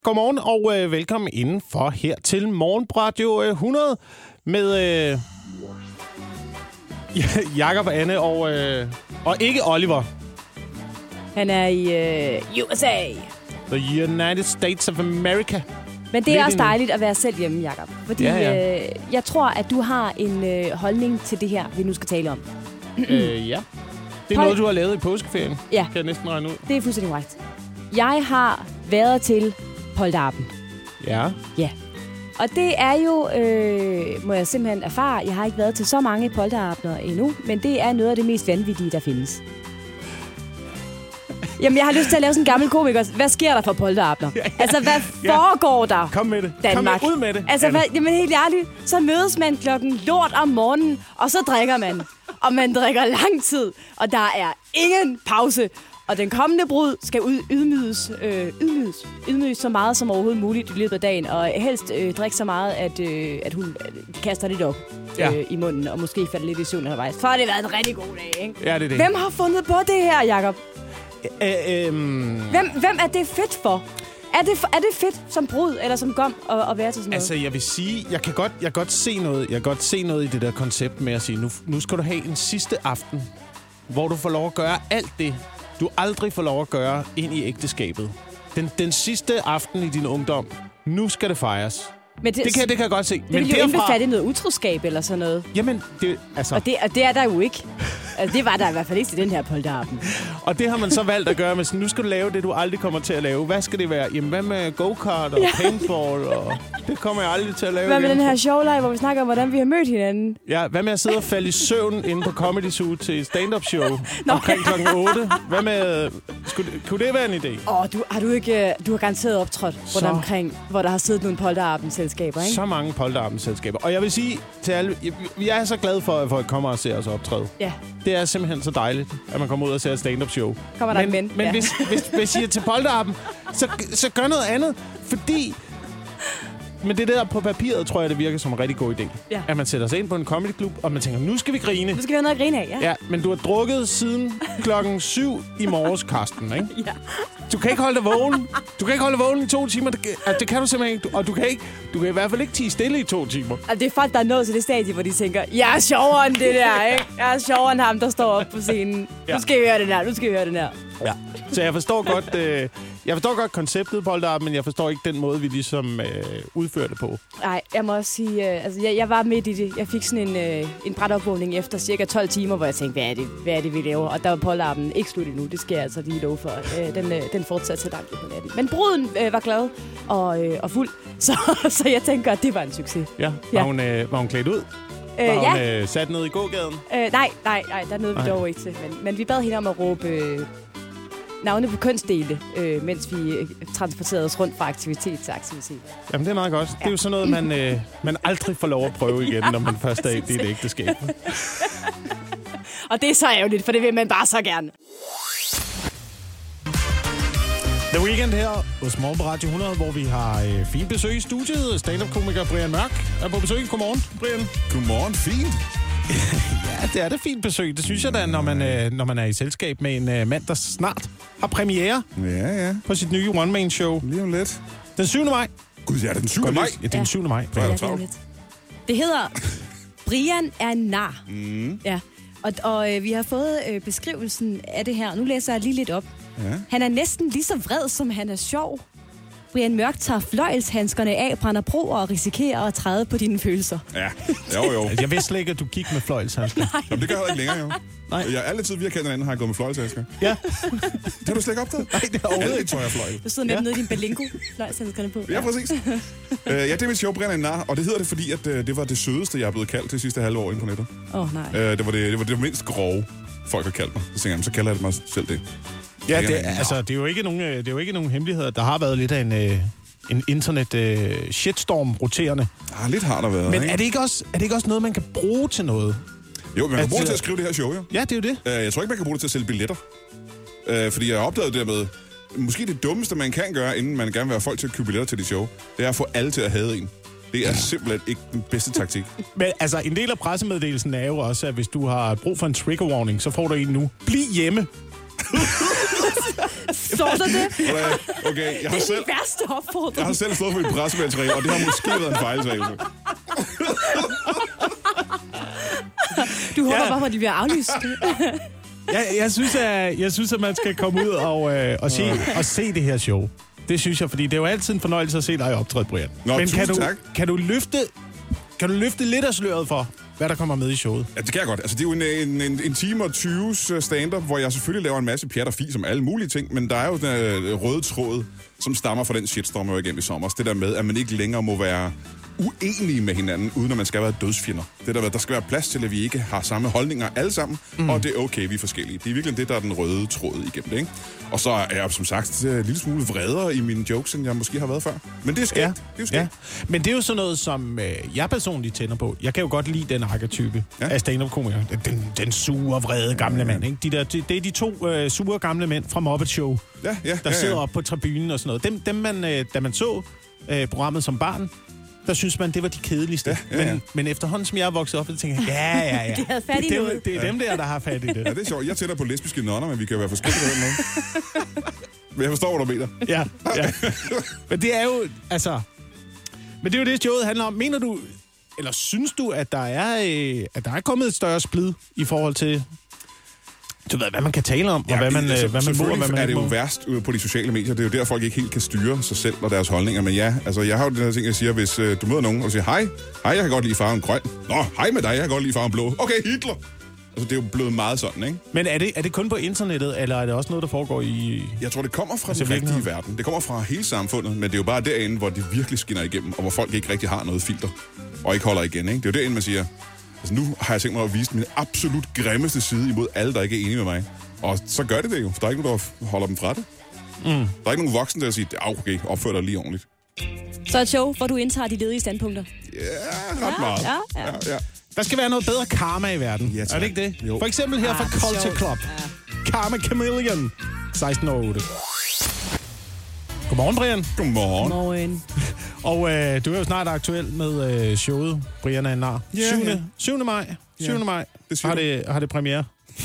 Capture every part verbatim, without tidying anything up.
Godmorgen og øh, velkommen indenfor her til Morgenradio hundrede med øh, Jakob, Anne og, øh, og ikke Oliver. Han er i øh, U S A. The United States of America. Men det er også dejligt at være selv hjemme, Jakob. Fordi ja, ja. Øh, jeg tror, at du har en øh, holdning til det her, vi nu skal tale om. øh, ja. Det er Hold... noget, du har lavet i påskeferien. Ja. Kan jeg næsten regne ud. Det er fuldstændig right. Jeg har været til polterappen. Ja. Ja. Og det er jo, øh, må jeg simpelthen erfare, jeg har ikke været til så mange polterapner endnu, men det er noget af det mest vanvittige, der findes. Jamen, jeg har lyst til at lave sådan en gammel komiker. Hvad sker der for polterapner? Ja, ja, altså, hvad foregår der? Kom med det. Danmark? Kom med, ud med det. Altså, hvad, jamen helt ærligt, så mødes man klokken lort om morgenen, og så drikker man. Og man drikker lang tid, og der er ingen pause. Og den kommende brud skal ud, ydmyges, øh, ydmyges, ydmyges så meget som overhovedet muligt i løbet af dagen, og helst øh, drikke så meget, at, øh, at hun øh, kaster lidt op ja. øh, i munden, og måske falder lidt i søvn undervejs. For det har været en rigtig god dag, ikke? Ja, det er det. Hvem har fundet på det her, Jakob? Øh, øh, hvem, hvem er det fedt for? Er det, er det fedt som brud eller som gom at, at være til sådan noget? Altså, jeg vil sige, jeg kan godt, jeg kan godt se noget, jeg kan godt se noget i det der koncept med at sige, nu, nu skal du have en sidste aften, hvor du får lov at gøre alt det, du aldrig får lov at gøre ind i ægteskabet. Den, den sidste aften i din ungdom, nu skal det fejres. Men det, det, kan, det kan jeg godt se. Det vil jo derfra... indbefatte noget utroskab eller sådan noget. Jamen, det, altså... Og det, og det er der jo ikke. Altså, det var der i hvert fald ikke til den her polterappen. Og det har man så valgt at gøre med sådan, nu skal du lave det, du aldrig kommer til at lave. Hvad skal det være? Jamen, hvad med go-kart og ja. paintball? Og det kommer jeg aldrig til at lave. Hvad med igen. Den her showleg, hvor vi snakker om, hvordan vi har mødt hinanden? Ja, hvad med at sidde og falde i søvn inde på Comedy Zoo til et stand-up show omkring klokken otte? Hvad med... Skulle, kunne det være en idé? Åh, oh, du, har du ikke... Du har garanteret optrådt rundt omkring, hvor der har siddet nogle polterappen-selskaber, ikke? Så mange polterappen-selskaber. Og jeg vil sige til alle... Jeg er så glad for, at folk kommer og ser os optræde. Ja. Det er simpelthen så dejligt, at man kommer ud og ser et stand-up show. Kommer der men, men, men ja. hvis, hvis, hvis I er til polterappen, så, så gør noget andet. Fordi... Men det der på papiret, tror jeg, det virker som en rigtig god idé. Ja. At man sætter sig ind på en comedyklub, og man tænker, nu skal vi grine. Nu skal vi have noget at grine af, ja. Ja, men du har drukket siden klokken syv i morges, Karsten, ikke? Ja. Du kan ikke holde dig vågen. Du kan ikke holde dig vågen i to timer. Det, altså, det kan du simpelthen ikke. Og du kan, ikke, du kan i hvert fald ikke tie stille i to timer. Altså, det er folk, der er nået til det stadie, hvor de tænker, jeg er sjovere end det der, ikke? Jeg er sjovere end ham, der står oppe på scenen. Ja. Nu skal vi høre den her, nu skal vi høre den her. Ja, så jeg forstår godt... Øh, Jeg forstår godt konceptet, polterappen, men jeg forstår ikke den måde, vi ligesom øh, udfører det på. Nej, jeg må også sige, øh, altså jeg, jeg var midt i det. Jeg fik sådan en, øh, en brætopvågning efter cirka tolv timer, hvor jeg tænkte, hvad er det, hvad er det vi laver? Og der var polterappen ikke slut endnu, det skal jeg altså lige love for. Øh, den, øh, den fortsatte til langt ud af det. Men bruden øh, var glad og, øh, og fuld, så, så jeg tænker, at det var en succes. Ja, var, ja. Hun, øh, var hun klædt ud? Øh, var hun ja. øh, sat ned i gågaden? Øh, nej, nej, nej, der nåede vi dog ikke til. Men, men vi bad hende om at råbe... Øh, navne på kønsdele, øh, mens vi øh, transporterede os rundt fra aktivitet til aktivitet. Jamen, det er meget godt. Ja. Det er jo sådan noget, man, øh, man aldrig får lov at prøve igen, ja, når man først er i dit ægteskab. Og det er så ærgerligt, for det vil man bare så gerne. The Weekend her hos Morgenradio hundrede, hvor vi har øh, fint besøg i studiet. Stand-up-komiker Brian Mørk er på besøg. Godmorgen, Brian. Godmorgen, fint. Ja, det er det fint besøg. Det synes jeg da, når man, øh, når man er i selskab med en øh, mand, der snart har premiere ja, ja. på sit nye one-man-show. Lige om lidt. Den syvende maj. Gud, ja, det er den syvende maj. Ja, det er den syvende maj. Ja, det, er det hedder Brian er nar. Mm. Ja. Og, og øh, vi har fået øh, beskrivelsen af det her. Nu læser jeg lige lidt op. Ja. Han er næsten lige så vred, som han er sjov. Brian Mørk tager fløjelshandskerne af, brænder broer og risikerer at træde på dine følelser. Ja, jo jo. Jeg vidste slet ikke, at du gik med fløjelshandsker. Jamen, det gør jeg ikke længere, jo. Nej. Jeg alle tid, vi har kendt hinanden, har jeg gået med fløjelshandsker. Ja. Det har du slet ikke opdaget? Nej, det er overhovedet ikke. Alle fløjl. Du sidder med ja. nede i din balingo, fløjelshandskerne på. Ja, præcis. uh, ja, det er mit show, Brian er nar, og det hedder det, fordi at, uh, det var det sødeste, jeg er blevet kaldt det sidste halve år inde på nettet. Åh, oh, nej. Uh, det, var det, det var det mindst grove, folk har kaldt mig. Så tænker jeg, så kalder jeg det mig selv det. Ja, det, altså, det er jo ikke nogen, det er jo ikke nogen hemmeligheder. Der har været lidt af en... Øh En internet øh, shitstorm roterende. Ah, lidt har der været, Men ikke? er det, ikke også, er det ikke også noget, man kan bruge til noget? Jo, man kan bruge det til at skrive det her show, jo. Ja, det er jo det. Uh, jeg tror ikke, man kan bruge det til at sælge billetter. Uh, fordi jeg har opdaget det med, måske det dummeste, man kan gøre, inden man gerne vil have folk til at købe billetter til dit show, det er at få alle til at hade en. Det er simpelthen ikke den bedste taktik. Men altså, en del af pressemeddelelsen er jo også, at hvis du har brug for en trigger warning, så får du en nu. Bliv hjemme. Så Står der det? Okay, jeg har Det er selv, den værste opfordring. jeg har selv stået for et pressemateriale, og det har måske været en fejltagelse. Du håber Ja. bare på, at de bliver aflyst. Jeg, jeg, synes, at, jeg synes, at man skal komme ud og, øh, og, se, og se det her show. Det synes jeg, fordi det er jo altid en fornøjelse at se dig optræde, Brian. Nå, Men kan du, tak. kan, du løfte, kan du løfte lidt af sløret for, hvad der kommer med i showet? Ja, det kan jeg godt. Altså, det er jo en, en, en, en time og tyve stand-up, hvor jeg selvfølgelig laver en masse pjat og fis om alle mulige ting, men der er jo den øh, røde tråd, som stammer fra den shitstorm, jeg var igennem i sommer. Det der med, at man ikke længere må være uenige med hinanden, uden at man skal være dødsfjender. Det der, der skal være plads til, at vi ikke har samme holdninger alle sammen, mm. og det er okay, vi er forskellige. Det er virkelig det, der er den røde tråd igennem det, ikke? Og så er jeg, som sagt, en lille smule vredere i mine jokes, end jeg måske har været før. Men det er skægt. Ja. Det er jo skægt. Ja. Men det er jo sådan noget, som øh, jeg personligt tænder på. Jeg kan jo godt lide den arketype Ja. af stand-up-komikere. Den, den sure, vrede gamle mand, ikke? De der, det, det er de to øh, sure gamle mænd fra Muppet Show, Ja, ja, der ja, sidder ja. oppe på tribunen og sådan noget. Dem, dem man, øh, da man så øh, programmet som barn, der synes man, det var de kedeligste. Ja, ja, ja. Men, men efterhånden, som jeg er vokset op, så tænker jeg, ja, ja, ja. De havde fat i det er noget. Dem, det er dem der, der har fat i det. Ja, det er sjovt. Jeg tænder på lesbiske nonner, men vi kan jo være forskellige på den måde. Men jeg forstår, hvad du mener. Ja, ja. Men det er jo, altså... Men det er jo det, showet handler om. Mener du, eller synes du, at der er, øh, at der er kommet et større splid i forhold til... Du ved, hvad man kan tale om, og hvad man, altså, øh, hvad man må, og hvad man er ikke det jo må. værst ude på de sociale medier. Det er jo der, folk ikke helt kan styre sig selv og deres holdninger. Men ja, altså, jeg har jo den her ting, jeg siger, hvis øh, du møder nogen, og du siger, hej, hej, jeg kan godt lide farven grøn. Nå, hej med dig, jeg kan godt lide farven blå. Okay, Hitler. Altså, det er jo blevet meget sådan, ikke? Men er det, er det kun på internettet, eller er det også noget, der foregår i... Jeg tror, det kommer fra Altså, den rigtige virkeligheden? verden. Det kommer fra hele samfundet, men det er jo bare derinde, hvor det virkelig skinner igennem, og hvor folk ikke rigtig har noget filter, og ikke holder igen, ikke? Det er jo derinde, man siger, altså nu har jeg tænkt mig at vise min absolut grimmeste side imod alle, der ikke er enige med mig. Og så gør det det jo, for der er ikke nogen, der holder dem fra det. Mm. Der er ikke nogen voksne, der siger, ah, okay, opfør dig lige ordentligt. Så et show, hvor du indtager de ledige standpunkter. Ja, ret meget. Ja, ja. ja, ja. Der skal være noget bedre karma i verden. Ja, tak. Er det ikke det? Jo. For eksempel her fra Ah, Culture sjovt. Club. Ja. Karma Chameleon. seksten og otte. Godmorgen, Brian. Godmorgen. Morgen. Og øh, du er jo snart aktuel med øh, showet Brian er en nar. Ja, syvende ja. syvende maj. syvende Ja, maj det siger har du. det, har det premiere.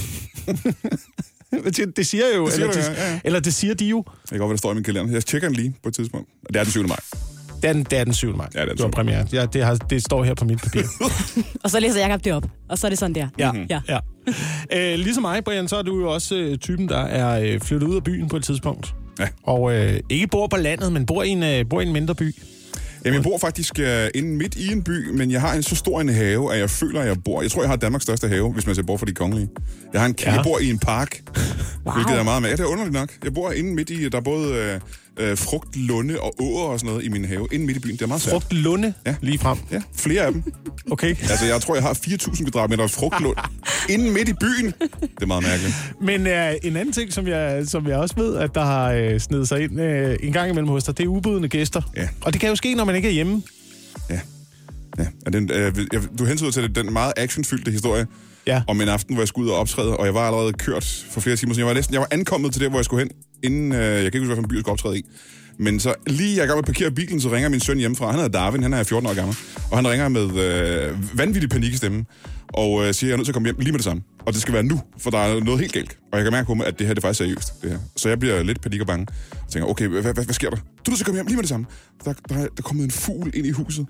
det, det siger jo, Det siger eller, du, det, ja, ja. eller det siger de jo. Jeg kan godt, hvad der står i min kalender. Jeg tjekker den lige på et tidspunkt. Og det er den syvende maj. Det er den, det er den syvende maj. Ja, det er den du har syvende. premiere. Ja, det, har, det står her på mit papir. Og så læser Jacob det op. Og så er det sådan der. Ja, Ja. ja. Øh, ligesom mig, Brian, så er du jo også øh, typen, der er øh, flyttet ud af byen på et tidspunkt. Ja. Og øh, ikke bor på landet, men bor i en, øh, bor i en mindre by. Jamen, jeg bor faktisk uh, inde midt i en by, men jeg har en så stor en have, at jeg føler, at jeg bor... Jeg tror, jeg har Danmarks største have, hvis man ser bort fra de kongelige. Jeg har en ja. Ja. Jeg bor i en park, Wow. hvilket er meget med. Ja, det er underligt nok. Jeg bor inde midt i... Der er både uh, uh, frugt, lunde og åer og sådan noget i min have. Inde midt i byen. Det er meget svært. Frugt Lunde, Ja. lige frem. Ja, flere af dem. Okay. Altså, jeg tror, jeg har fire tusind kvadratmeter frugtlund inde midt i byen. Det er meget mærkeligt. Men øh, en anden ting, som jeg, som jeg også ved, at der har øh, snedet sig ind øh, en gang imellem hos dig, det er ubudne gæster. Ja. Og det kan jo ske, når man ikke er hjemme. Ja. Ja. Er den, øh, jeg, du hensyder til den meget actionfyldte historie Ja. om en aften, hvor jeg skulle ud og optræde, og jeg var allerede kørt for flere timer siden. Jeg var næsten, jeg var ankommet til der, hvor jeg skulle hen, inden øh, jeg kan ikke huske, hvilken by jeg skulle optræde i. Men så lige jeg er i gang med at parkere bilen, så ringer min søn hjemmefra. Han hedder Darwin, han er fjorten år gammel. Og han ringer med øh, vanvittig panik i stemmen. Og øh, siger, at jeg er nødt til at komme hjem lige med det samme. Og det skal være nu, for der er noget helt galt. Og jeg kan mærke på mig, at det her det er faktisk seriøst. Det her. Så jeg bliver lidt panik og bange. Og tænker, okay, hvad, hvad, hvad sker der? Du er nødt til at komme hjem lige med det samme. Der, der, der er kommet en fugl ind i huset.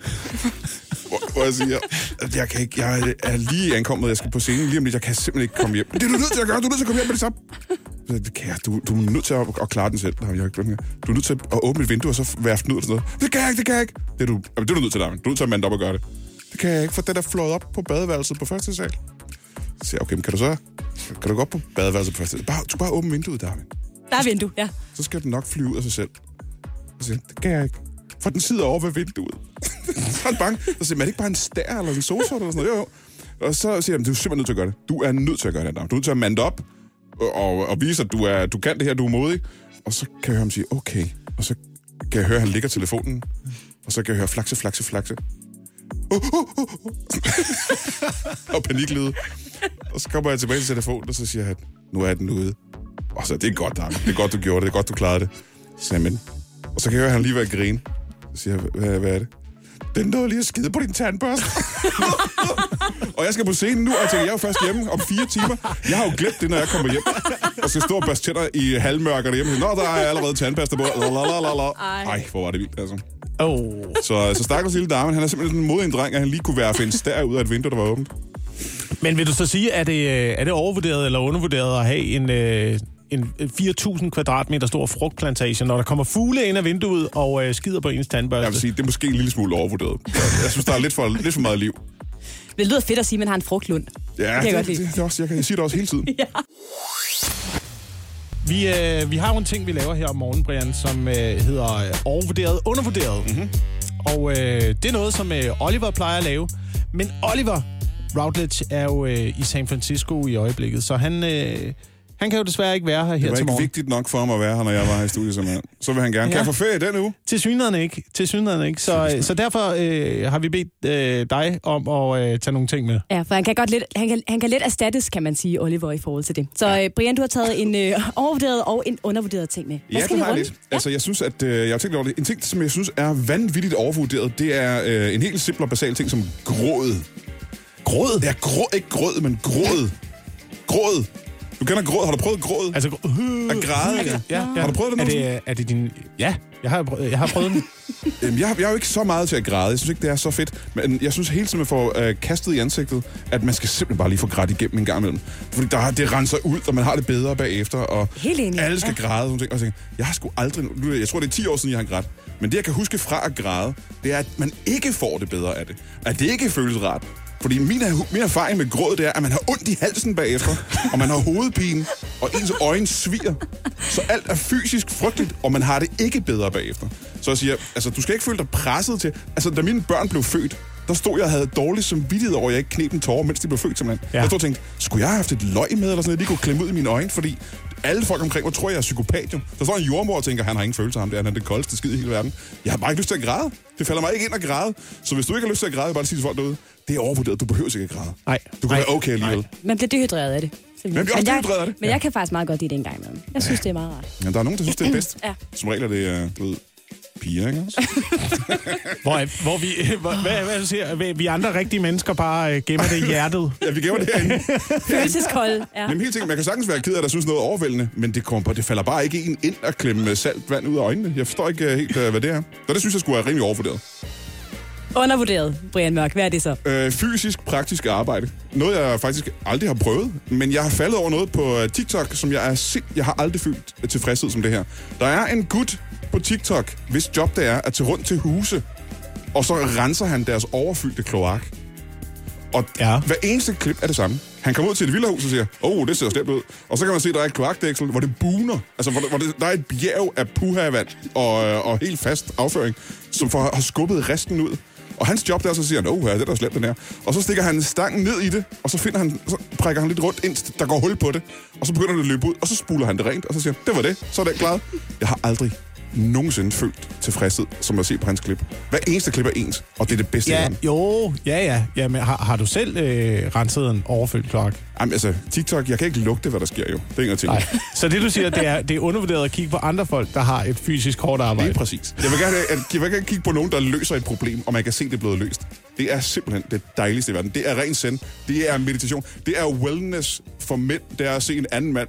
hvor, hvor jeg siger, at jeg, kan ikke, jeg er lige ankommet, jeg skal på scenen lige om lidt. Jeg kan simpelthen ikke komme hjem. Det er du nødt til at gøre, du er nødt til at komme hjem med det samme. Det kan jeg. Du, du er nødt til at, at klare den selv. Du er nødt til at åbne et vindue og så værfte den ud og sådan noget. Det kan jeg ikke, det kan jeg ikke. Det er du, det er du nødt til, Darwin. Du er nødt til at mande op og gøre det. Det kan jeg ikke, for den er flået op på badeværelset på første sal. Så siger jeg, okay, men kan du så... Kan du gå op på badeværelset på første sal? Bare, du skal bare åbne vinduet, Darwin. Der er vindue, ja. Så skal den nok flyve ud af sig selv. Så siger jeg, det kan jeg ikke. For den sidder over ved vinduet. Så er han bange. Så siger jeg, er det ikke bare en stær eller en solsort eller sådan noget? Jo, jo. Og så siger jeg, du er simpelthen nødt til at gøre det. Du er nødt til at gøre det, Darwin. Du er nødt til at mande op og, og, og vise, at du, er, du kan det her, du er modig. Og så kan jeg høre ham sige, okay. Og så kan jeg høre, at han ligger telefonen. Og så kan jeg høre flakse, flakse, flakse. Uh, uh, uh, uh. og paniklyde. Og så kommer jeg tilbage til telefonen, og så siger han, nu er den ude. Og så, det er godt, Darwin. Det er godt, du gjorde det. Det er godt, du klarede det. Så siger jeg, men... Og så kan jeg høre, at han lige var at grine. Så siger jeg, hvad, hvad er det? den nåede lige at skide på din tandbørste. Og jeg skal på scenen nu, og jeg tænker, jeg er jo først hjemme om fire timer. Jeg har jo glemt det, når jeg kommer hjem. Og skal stå og børste tænder i halvmørker derhjemme. Nå, der er allerede tandpasta på. Ej, hvor var det vildt, altså. Oh. Så, så stakkels lille dame, han er simpelthen en modig en dreng, at han lige kunne være en stær ud af et vindue, der var åbent. Men vil du så sige, er det, er det overvurderet eller undervurderet at have en, øh, en fire tusind kvadratmeter stor frugtplantage, når der kommer fugle ind af vinduet og øh, skider på ens tandbørste? Jeg vil sige, det er måske en lille smule overvurderet. Jeg synes, der er lidt for, lidt for meget liv. Det lyder fedt at sige, at man har en frugtlund. Ja, det, det, det, det er også, jeg, kan, jeg siger det også hele tiden. Ja. Vi, øh, vi har jo en ting, vi laver her om morgenen, Brian, som øh, hedder øh, overvurderet, undervurderet. Mm-hmm. Og øh, det er noget, som øh, Oliver plejer at lave. Men Oliver Routledge er jo øh, i San Francisco i øjeblikket, så han, øh, han kan jo desværre ikke være her, her til morgen. Det var ikke vigtigt nok for ham at være her, når jeg var her i studiet, simpelthen. Så vil han gerne. Ja. Kan jeg få ferie den uge? Tilsyneladende ikke. Tilsyneladende ikke. Så, øh, så derfor øh, har vi bedt øh, dig om at øh, tage nogle ting med. Ja, for han kan godt lidt, han kan, han kan lidt erstattes, kan man sige, Oliver, i forhold til det. Så øh, Brian, du har taget en øh, overvurderet og en undervurderet ting med. Hvad ja, skal det vi har jeg lidt. Ja? Altså, jeg synes, at øh, jeg har tænkt over det. En ting, som jeg synes er vanvittigt overvurderet, det er øh, en helt simpel og basal ting som gråd. Gråd? Ja, grå, ikke grød, men gråd. Gråd. Du kender gråd. Har du prøvet gråd? Altså, øh, at græde, ja. Ja, ja. Har du prøvet det er nogensinde? det, er det din... Ja, jeg har, prøvet, jeg har prøvet den. Jamen, jeg, jeg er jo ikke så meget til at græde. Jeg synes ikke, det er så fedt. Men jeg synes hele tiden, man får øh, kastet i ansigtet, at man skal simpelthen bare lige få grædt igennem en gang imellem. Fordi der, det renser ud, og man har det bedre bagefter, og alle skal ja. græde. Og jeg tænker, jeg har sgu aldrig... Jeg tror, det er ti år siden, jeg har grædt. Men det, jeg kan huske fra at græde, det er, at man ikke får det bedre af det. At det ikke føles rart. Fordi min, min erfaring med gråd, det er, at man har ondt i halsen bagefter, og man har hovedpine, og ens øjne sviger. Så alt er fysisk frygteligt, og man har det ikke bedre bagefter. Så jeg siger, altså, du skal ikke føle dig presset til... Altså, da mine børn blev født, der stod jeg og havde dårlig samvittighed over, at jeg ikke kneb en tårer, mens de blev født, simpelthen. Ja. Jeg stod og tænkte, skulle jeg have haft et løg med, eller sådan noget, de kunne klemme ud i mine øjne, fordi alle folk omkring mig tror, jeg er psykopat, jo. Der står en jordmor og tænker, han har ingen følelse af ham, det er, han er det koldeste skid i hele verden. Jeg har bare ikke lyst til at græde. Det falder mig ikke ind at græde. Så hvis du ikke har lyst til at græde, bare sige til folk derude, det er overvurderet, du behøver ikke at græde. Nej. Du kan være okay alligevel. Man bliver dehydreret af det. Men, men, jeg, af det. men jeg kan faktisk meget godt lide det en gang imellem. Jeg synes, ja. det er meget rart. Ja, der er nogen, der synes, det er bedst. Ja. Som regel er det, du ved, piger, ikke også? hvor, hvor vi, hvor, hvad, hvad siger, vi andre rigtige mennesker bare gemmer det i hjertet. Ja, vi gemmer det herinde. Følelseskold, ja. Jamen helt ting, man kan sagtens være ked af, der synes noget overvældende, men det, kommer, det falder bare ikke en ind at klemme salt vand ud af øjnene. Jeg forstår ikke helt, hvad det er. Så det synes jeg skulle være rimelig overvurderet. Undervurderet, Brian Mørk. Hvad er det så? Øh, fysisk, praktisk arbejde. Noget, jeg faktisk aldrig har prøvet, men jeg har faldet over noget på TikTok, som jeg er sind... Jeg har aldrig følt tilfredshed som det her. Der er en gut på TikTok, hvis job det er at tage rundt til huse, og så renser han deres overfyldte kloak. Og ja. hver eneste klip er det samme. Han kommer ud til et villahus og siger, åh, oh, det ser slemt ud. Og så kan man se, at der er et kloakdæksel, hvor det buner. Altså, hvor, hvor det, der er et bjerg af puha-vand og, og helt fast afføring, som får, har skubbet resten ud. Og hans job der, så siger han, åh, ja, det er da slemt, den her. Og så stikker han stangen ned i det, og så finder han, så prikker han lidt rundt, indtil der går hul på det. Og så begynder det at løbe ud, og så spuler han det rent, og så siger han, det var det, så er det klaret. Jeg har aldrig nogensinde følt tilfredshed, som at se på hans klip. Hver eneste klip er ens, og det er det bedste ja, i den. Jo, ja, ja. ja men har, har du selv øh, renset en overfyldt kloak? Jamen altså, TikTok, jeg kan ikke lugte, hvad der sker jo. Det er ingen ting. Så det du siger, det er, det er undervurderet at kigge på andre folk, der har et fysisk hårdt arbejde? Lige præcis. Jeg vil gerne, at, jeg vil gerne kigge på nogen, der løser et problem, og man kan se, det er blevet løst. Det er simpelthen det dejligste i verden. Det er ren zen. Det er meditation. Det er wellness for mænd. Det er at se en anden mand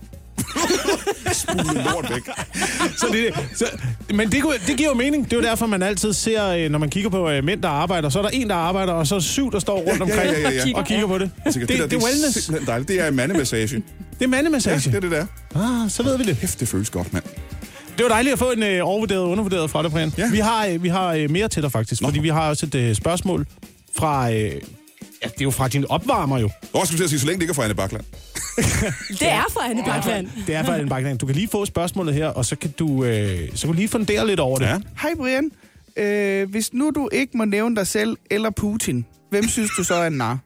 spule lort væk. Så det, så, men det, det giver jo mening. Det er jo derfor, man altid ser, når man kigger på mænd, der arbejder, så er der en, der arbejder, og så er syv, der står rundt omkring ja, ja, ja, ja. og kigger på det. Tænker, det, det, det, det er wellness. Det er simpelthen dejligt. Det er mandemassage. Det er mandemassage? Ja, det er det der. Ah, så ved vi det. Hæft, det føles godt, mand. Det var dejligt at få en øh, overvurderet og undervurderet fra dig, Brian. Ja. Vi har, øh, vi har øh, mere til dig, faktisk. Nå. Fordi vi har også et øh, spørgsmål fra... Øh, ja, det er jo fra din opvarmer, jo. Nå, skal du sige, så længe det ikke er fra Anne Bakland. Det er fra Anne Bakland. Det er fra Anne Bakland. Du kan lige få spørgsmålet her, og så kan du, øh, så kan du lige fundere lidt over det. Ja. Hej, Brian. Øh, hvis nu du ikke må nævne dig selv eller Putin, hvem synes du så er en nar?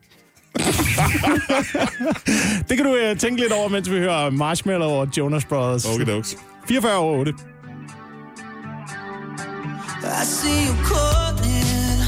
Det kan du øh, tænke lidt over, mens vi hører Marshmallow og Jonas Brothers. Okay, dogs. fireogfyrre over otte. I see you calling.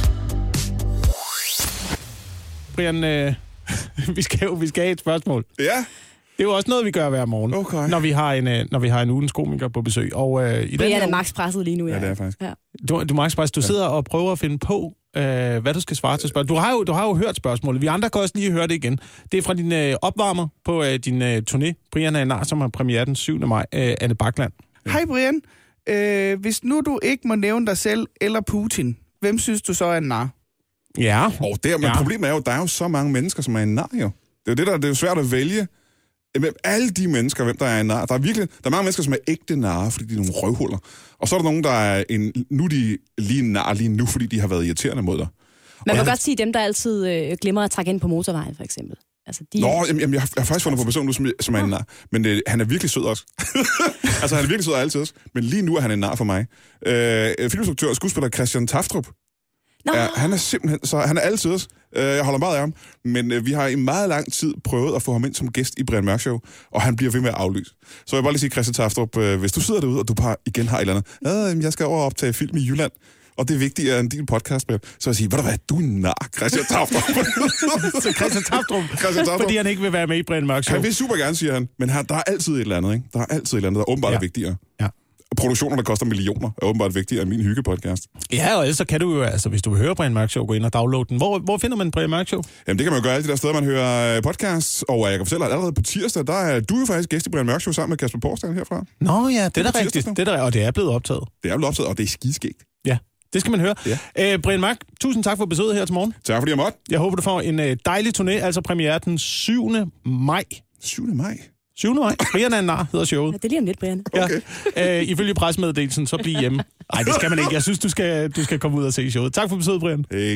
Brian, øh, vi, skal jo, vi skal have et spørgsmål. Ja. Det er jo også noget, vi gør hver morgen, okay. når vi har en, øh, når vi har en ugens komiker på besøg. Og, øh, i Brian er max presset lige nu. Ja, ja det er faktisk. Ja. Du, du max presset. Du sidder ja. og prøver at finde på øh, hvad du skal svare til spørgsmålet. Du har jo, du har jo hørt spørgsmålet. Vi andre kan også lige høre det igen. Det er fra din øh, opvarmer på øh, din øh, turné. Brian er en nar, som har premiere den syvende maj. Øh, Anne Bakland. Hej Brian. Øh, hvis nu du ikke må nævne dig selv eller Putin, hvem synes du så er en nar? Ja. Og der, men Ja. problemet er jo, at der er jo så mange mennesker, som er en nar, jo. Det er jo det, der det er jo svært at vælge. Jamen, alle de mennesker, hvem der er en nar. Der er virkelig, der er mange mennesker, som er ægte narer, fordi de er nogle røvhuller. Og så er der nogen, der er en, nu er de lige en nar lige nu, fordi de har været irriterende mod dig. Man Og kan jeg- godt sige dem, der altid øh, glemmer at trække ind på motorvejen, for eksempel. Altså, de... Nå, jamen, jamen, jeg, har, jeg har faktisk fundet på en person nu, som, som er en nar. Men øh, han er virkelig sød også. altså, han er virkelig sød altid også. Men lige nu er han en nar for mig. Øh, filminstruktør og skuespiller Christian Taftrup. Nå, Ja, han er simpelthen, så han er altid også. Øh, jeg holder meget af ham. Men øh, vi har i meget lang tid prøvet at få ham ind som gæst i Brian Mørk Show, og han bliver ved med at aflyse. Så jeg vil bare lige sige, Christian Taftrup, øh, hvis du sidder derude, og du bare igen har et eller andet, øh, jeg skal over og optage film i Jylland, og det er vigtigt, at en din podcast med, så vil jeg sige, ved du hvad, du er en nar, Christian Taftrup. Så Christian Taftrup, Christian Taftrup. fordi han ikke vil være med i Brian Mørk Show. Han vil super gerne, siger han, men her, der er altid et eller andet, ikke? Der er altid et eller andet, der åbenbart Ja. er vigtigere. Ja. Og produktioner, der koster millioner, er åbenbart vigtigere end min hyggepodcast. Ja, og ellers så kan du jo, altså hvis du vil høre Brian Mørk Show, gå ind og downloade den. Hvor, hvor finder man Brian Mørk Show? Jamen, det kan man jo gøre alle de der steder, man hører øh, podcasts. Og jeg kan fortælle, at allerede på tirsdag, der er du jo faktisk gæst i Brian Mørk Show sammen med Kasper Porsdal herfra. Nå ja, det er på da tirsdag rigtigt. nu. Det er der, og det er blevet optaget. Det er vel optaget, og det er skidskægt. Ja, det skal man høre. Ja. Æ, Brian Mørk, tusind tak for besøget her til morgen. Tak fordi jeg måtte. Jeg håber, du får en øh, dejlig turné, altså premiere den syvende maj. syvende maj. syvende maj. Brian er en nar, hedder showet. ja, det er lige om lidt, Brian. Okay. Ja. Æ, ifølge pressemeddelelsen, så bliv hjemme. Nej, det skal man ikke. Jeg synes, du skal, du skal komme ud og se showet. Tak for besøget, Brian. Hey.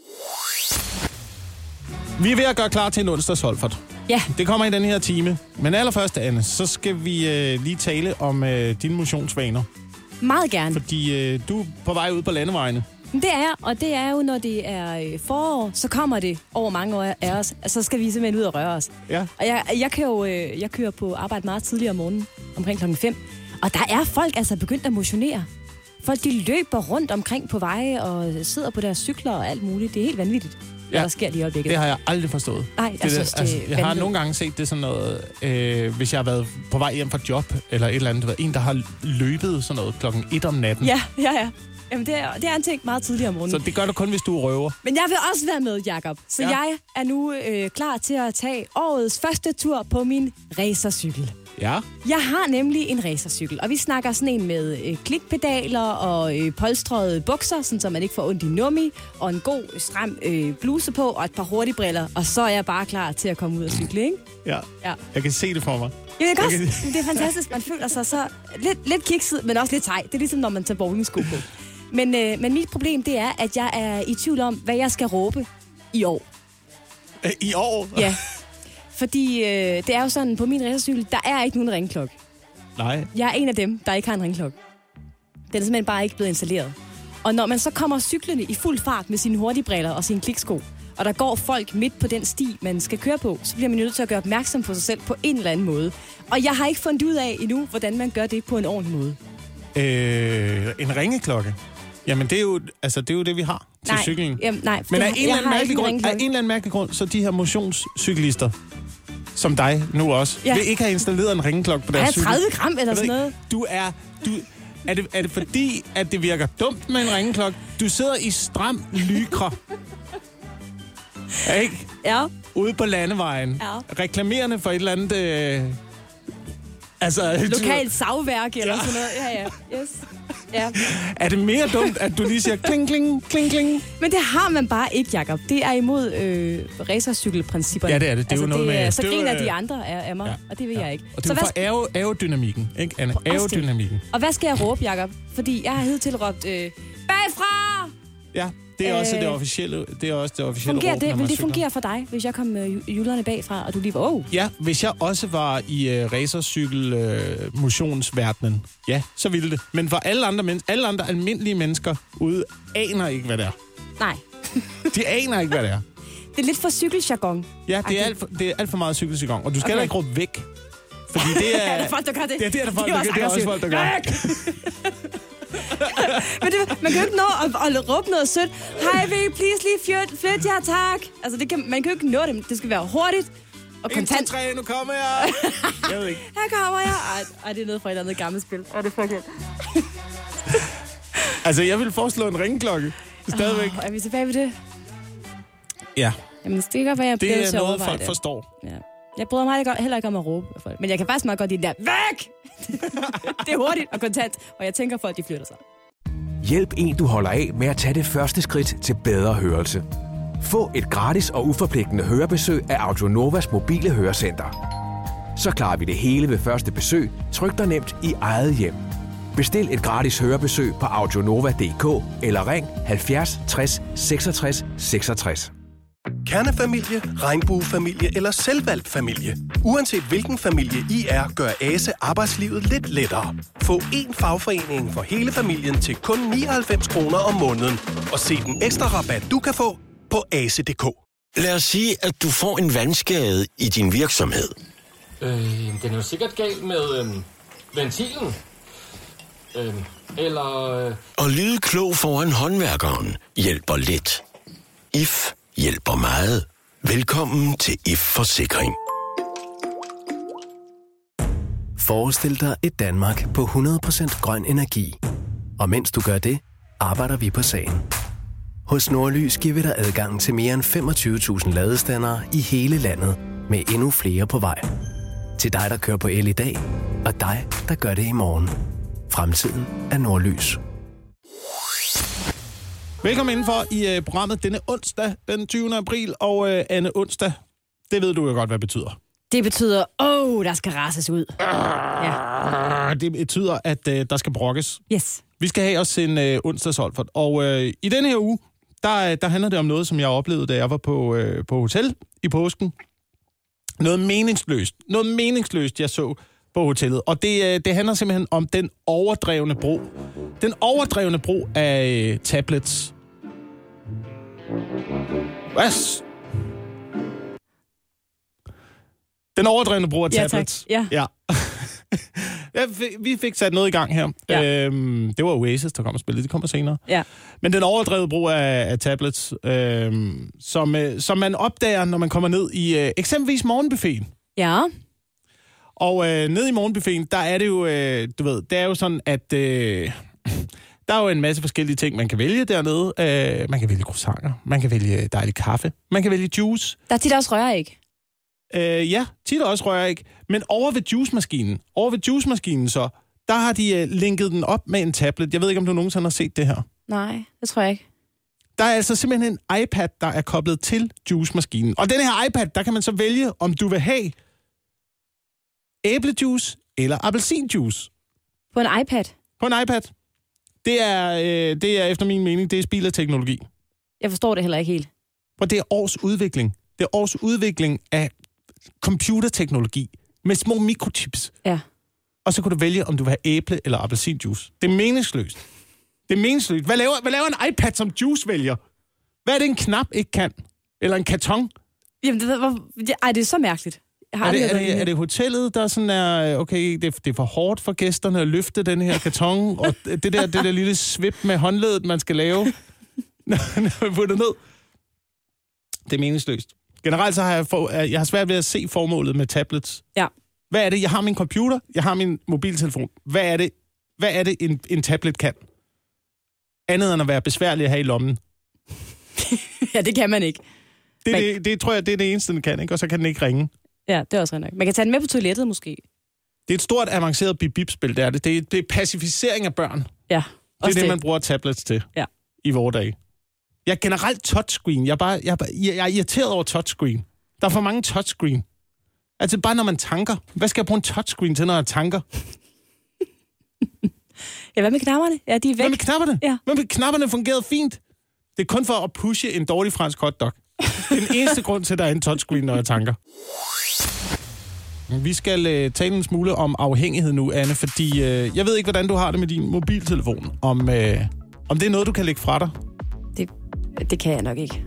Vi er ved at gøre klar til en onsdags Holfert. Ja, Det kommer i den her time. Men allerførst, Anne, så skal vi øh, lige tale om øh, dine motionsvaner. meget gerne. Fordi øh, du er på vej ud på landevejene. Det er jeg, og det er jo, når det er øh, forår, så kommer det over mange år af os. Så skal vi simpelthen ud og røre os. Ja. Og jeg, jeg, kører jo, øh, jeg kører på arbejde meget tidligere om morgenen, omkring klokken fem. Og der er folk altså begyndt at motionere. Folk, de løber rundt omkring på veje og sidder på deres cykler og alt muligt. Det er helt vanvittigt, hvad Ja. der sker lige i øjeblikket. Det har jeg aldrig forstået. Nej, jeg det synes, det er jeg har vanvittigt. nogle gange set det sådan noget, øh, hvis jeg har været på vej hjem fra job, eller et eller andet, du ved, en, der har løbet sådan noget klokken et om natten. Ja, ja, ja. Jamen, det er, det er en ting meget tidligere om morgenen. Så det gør du kun, hvis du er røver. Men jeg vil også være med, Jakob. Så Ja. ja. jeg er nu øh, klar til at tage årets første tur på min racercykel. Ja. Jeg har nemlig en racercykel, og vi snakker sådan en med øh, klikpedaler og øh, polstrede bukser, sådan så man ikke får ondt i nummi, og en god, stram øh, bluse på, og et par hurtige briller, og så er jeg bare klar til at komme ud og cykle, ikke? Ja. Ja. Jeg kan se det for mig. Ja, det, er Jeg også, det er fantastisk. Man føler sig så lidt, lidt kikset, men også lidt sej. Det er ligesom, når man tager bowlingsko på. Men, øh, men mit problem, det er, at jeg er i tvivl om, hvad jeg skal råbe i år. Øh, I år? Ja. Fordi øh, det er jo sådan, på min racercykel, der er ikke nogen ringklokke. Nej. Jeg er en af dem, der ikke har en ringklokke. Den er simpelthen bare ikke blevet installeret. Og når man så kommer cyklerne i fuld fart med sine hurtige briller og sine kliksko, og der går folk midt på den sti, man skal køre på, så bliver man nødt til at gøre opmærksom på sig selv på en eller anden måde. Og jeg har ikke fundet ud af endnu, hvordan man gør det på en ordentlig måde. Øh, en ringeklokke? Jamen, det er jo, altså, det, er jo det, vi har til Nej, cyklen. jamen, nej. Men det- af en, jeg eller anden har mærkelig ikke en grund, af ringklokke. en eller anden mærkelig grund, så de her motionscyklister, som dig nu også, Ja. vil ikke have installeret en ringeklokke på Er deres jeg cykel. tredive gram eller Jeg ved sådan noget? ikke, Du er... Du, er, det, er det fordi, at det virker dumt med en ringeklokke? Du sidder i stram lykra. Ikke? Ja. Ude på landevejen. Ja. Reklamerende for et eller andet... Øh, altså... Lokalt savværk eller Ja. sådan noget. Ja, ja. Yes. Ja. Er det mere dumt, at du lige siger kling, kling, kling, kling? Men det har man bare ikke, Jakob. Det er imod øh, racercykelprincipperne. Ja, det er det. Det er jo noget det, med- Så det er jo, griner øh, de andre af, af mig, ja, ja, og det vil ja. jeg ikke. Og det Så er hvad, for aero, aerodynamikken, ikke, Anne? det. Aerodynamikken. og hvad skal jeg råbe, Jakob? Fordi jeg har hidtil råbt, øh, bagfra! Ja, det er også Øh, det officielle, det er også det officielle Fungerer råb, når det, man vil det cykler. fungere for dig, hvis jeg kom med hjulerne bagfra, og du lige var, oh, Ja, hvis jeg også var i uh, racercykel-motionsverdenen, ja, så ville det. Men for alle andre, men- alle andre almindelige mennesker ude, aner ikke, hvad det er. nej. De aner ikke, hvad det er. Det er lidt for cykeljargon. Ja, det er Ej, alt for, det er alt for meget cykelsigang. Og du skal Okay. heller ikke råbe væk. Fordi det er... Er der folk, der gør det? Ja, det er der folk, Det er der gør. Det er også folk, der gør. Men det, man kan jo ikke nå at, at råbe noget sødt. Hej, vil I please lige flytte flyt jer, tak? Altså, det kan, man kan jo ikke nå det. Det skal være hurtigt og En, to, kontant. tre, nu kommer jeg. Jeg ved ikke. Her kommer jeg. Ej, ej, det er noget fra et eller andet gammelt spil. Ej, det er fucking. Altså, jeg vil foreslå en ringeklokke. Stadigvæk. Oh, er vi tilbage ved det? Ja. Jamen, det kan godt være, jeg bliver Det er til at noget, overveje folk det. forstår. Ja. Jeg bryder mig ikke- heller ikke om at råbe. Men jeg kan faktisk meget godt lide den der, væk! Det er hurtigt og kontant, og jeg tænker, folk de flytter sig. Hjælp en, du holder af med at tage det første skridt til bedre hørelse. Få et gratis og uforpligtende hørebesøg af Audionovas mobile hørecenter. Så klarer vi det hele ved første besøg, tryk dig nemt i eget hjem. Bestil et gratis hørebesøg på audionova punktum d k eller ring halvfjerds tres seksogtres seksogtres. Kernefamilie, regnbuefamilie eller selvvalgt familie. Uanset hvilken familie I er, gør ASE arbejdslivet lidt lettere. Få én fagforening for hele familien til kun nioghalvfems kroner om måneden. Og se den ekstra rabat, du kan få på ase punktum d k. Lad os sige, at du får en vandskade i din virksomhed. Øh, den er jo sikkert galt med øh, ventilen. Øh, eller... Øh... Og lyde klog foran håndværkeren hjælper lidt. I F hjælper meget. Velkommen til I F Forsikring. Forestil dig et Danmark på hundrede procent grøn energi. Og mens du gør det, arbejder vi på sagen. Hos Nordlys giver vi dig adgang til mere end femogtyve tusind ladestandere i hele landet, med endnu flere på vej. Til dig, der kører på el i dag, og dig, der gør det i morgen. Fremtiden er Nordlys. Velkommen indenfor i uh, programmet denne onsdag, den tyvende april, og uh, Anne onsdag, det ved du jo godt, hvad det betyder. Det betyder, åh, oh, der skal rases ud. Ja. Det betyder, at uh, der skal brokkes. Yes. Vi skal have os en uh, onsdagshold, og uh, i denne her uge, der, der handler det om noget, som jeg oplevede, da jeg var på, uh, på hotel i påsken. Noget meningsløst. Noget meningsløst, jeg så på hotellet. Og det, det handler simpelthen om den overdrevne brug. Den overdrevne brug af øh, tablets. Hvad? Den overdrevne brug af Ja, tablets. tak. Ja. Ja. Ja, vi fik sat noget i gang her. Ja. Øhm, det var Oasis, der kom og spillede. Det kommer senere. Ja. Men den overdrevet brug af, af tablets, øhm, som, øh, som man opdager, når man kommer ned i øh, eksempelvis morgenbuffeten. Ja. Og øh, ned i morgenbuffeten, der er det jo, øh, du ved, det er jo sådan, at øh, der er jo en masse forskellige ting, man kan vælge dernede. Øh, man kan vælge croissanter, man kan vælge dejlig kaffe, man kan vælge juice. Der er tit også røræg. Øh, ja, tit også røræg. Men over ved juicemaskinen, over ved juicemaskinen så, der har de øh, linket den op med en tablet. Jeg ved ikke, om du nogensinde har set det her. Nej, det tror jeg ikke. Der er altså simpelthen en iPad, der er koblet til juicemaskinen. Og den her iPad, der kan man så vælge, om du vil have æblejuice eller appelsinjuice. På en iPad? På en iPad. Det er, øh, det er efter min mening, det er spild af teknologi. Jeg forstår det heller ikke helt. Og det er års udvikling. Det er års udvikling af computerteknologi med små mikrochips. Ja. Og så kan du vælge, om du vil have æble eller appelsinjuice. Det er meningsløst. Det er meningsløst. Hvad laver, hvad laver en iPad som juicevælger? Hvad er det, en knap ikke kan? Eller en karton? Jamen, det, hvor, det, ej, det er så mærkeligt. Jeg har Er det, aldrig er, hørt det, det. er det hotellet, der sådan er, okay, det, det er for hårdt for gæsterne at løfte den her karton, og det der, det der lille svip med håndledet, man skal lave, når man putter ned? Det er meningsløst. Generelt så har jeg, for, jeg har svært ved at se formålet med tablets. Ja. Hvad er det? Jeg har min computer, jeg har min mobiltelefon. Hvad er det, hvad er det en, en tablet kan? Andet end at være besværlig at have i lommen. Ja, det kan man ikke. Det, Men... det, det tror jeg, det er det eneste, den kan, ikke? Og så kan den ikke ringe. Ja, det er også rigtig nok. Man kan tage den med på toilettet, måske. Det er et stort, avanceret bip-bip-spil, det er det. Det er, det er pacificering af børn. Ja, det er det, det, man bruger tablets til ja. i vore dage. Jeg er generelt touchscreen. Jeg er, bare, jeg, er bare, jeg er irriteret over touchscreen. Der er for mange touchscreen. Altså bare når man tanker. Hvad skal jeg bruge en touchscreen til, når jeg tanker? Ja, hvad med knapperne? Ja, de er væk. Hvad med knapperne? Ja. Hvad med knapperne fungerede fint. Det er kun for at pushe en dårlig fransk hotdog. Det er den eneste grund til, at der er en touchscreen, når jeg tanker. Vi skal uh, tale en smule om afhængighed nu, Anne, fordi uh, jeg ved ikke, hvordan du har det med din mobiltelefon. Om, uh, om det er noget, du kan lægge fra dig. Det, det kan jeg nok ikke.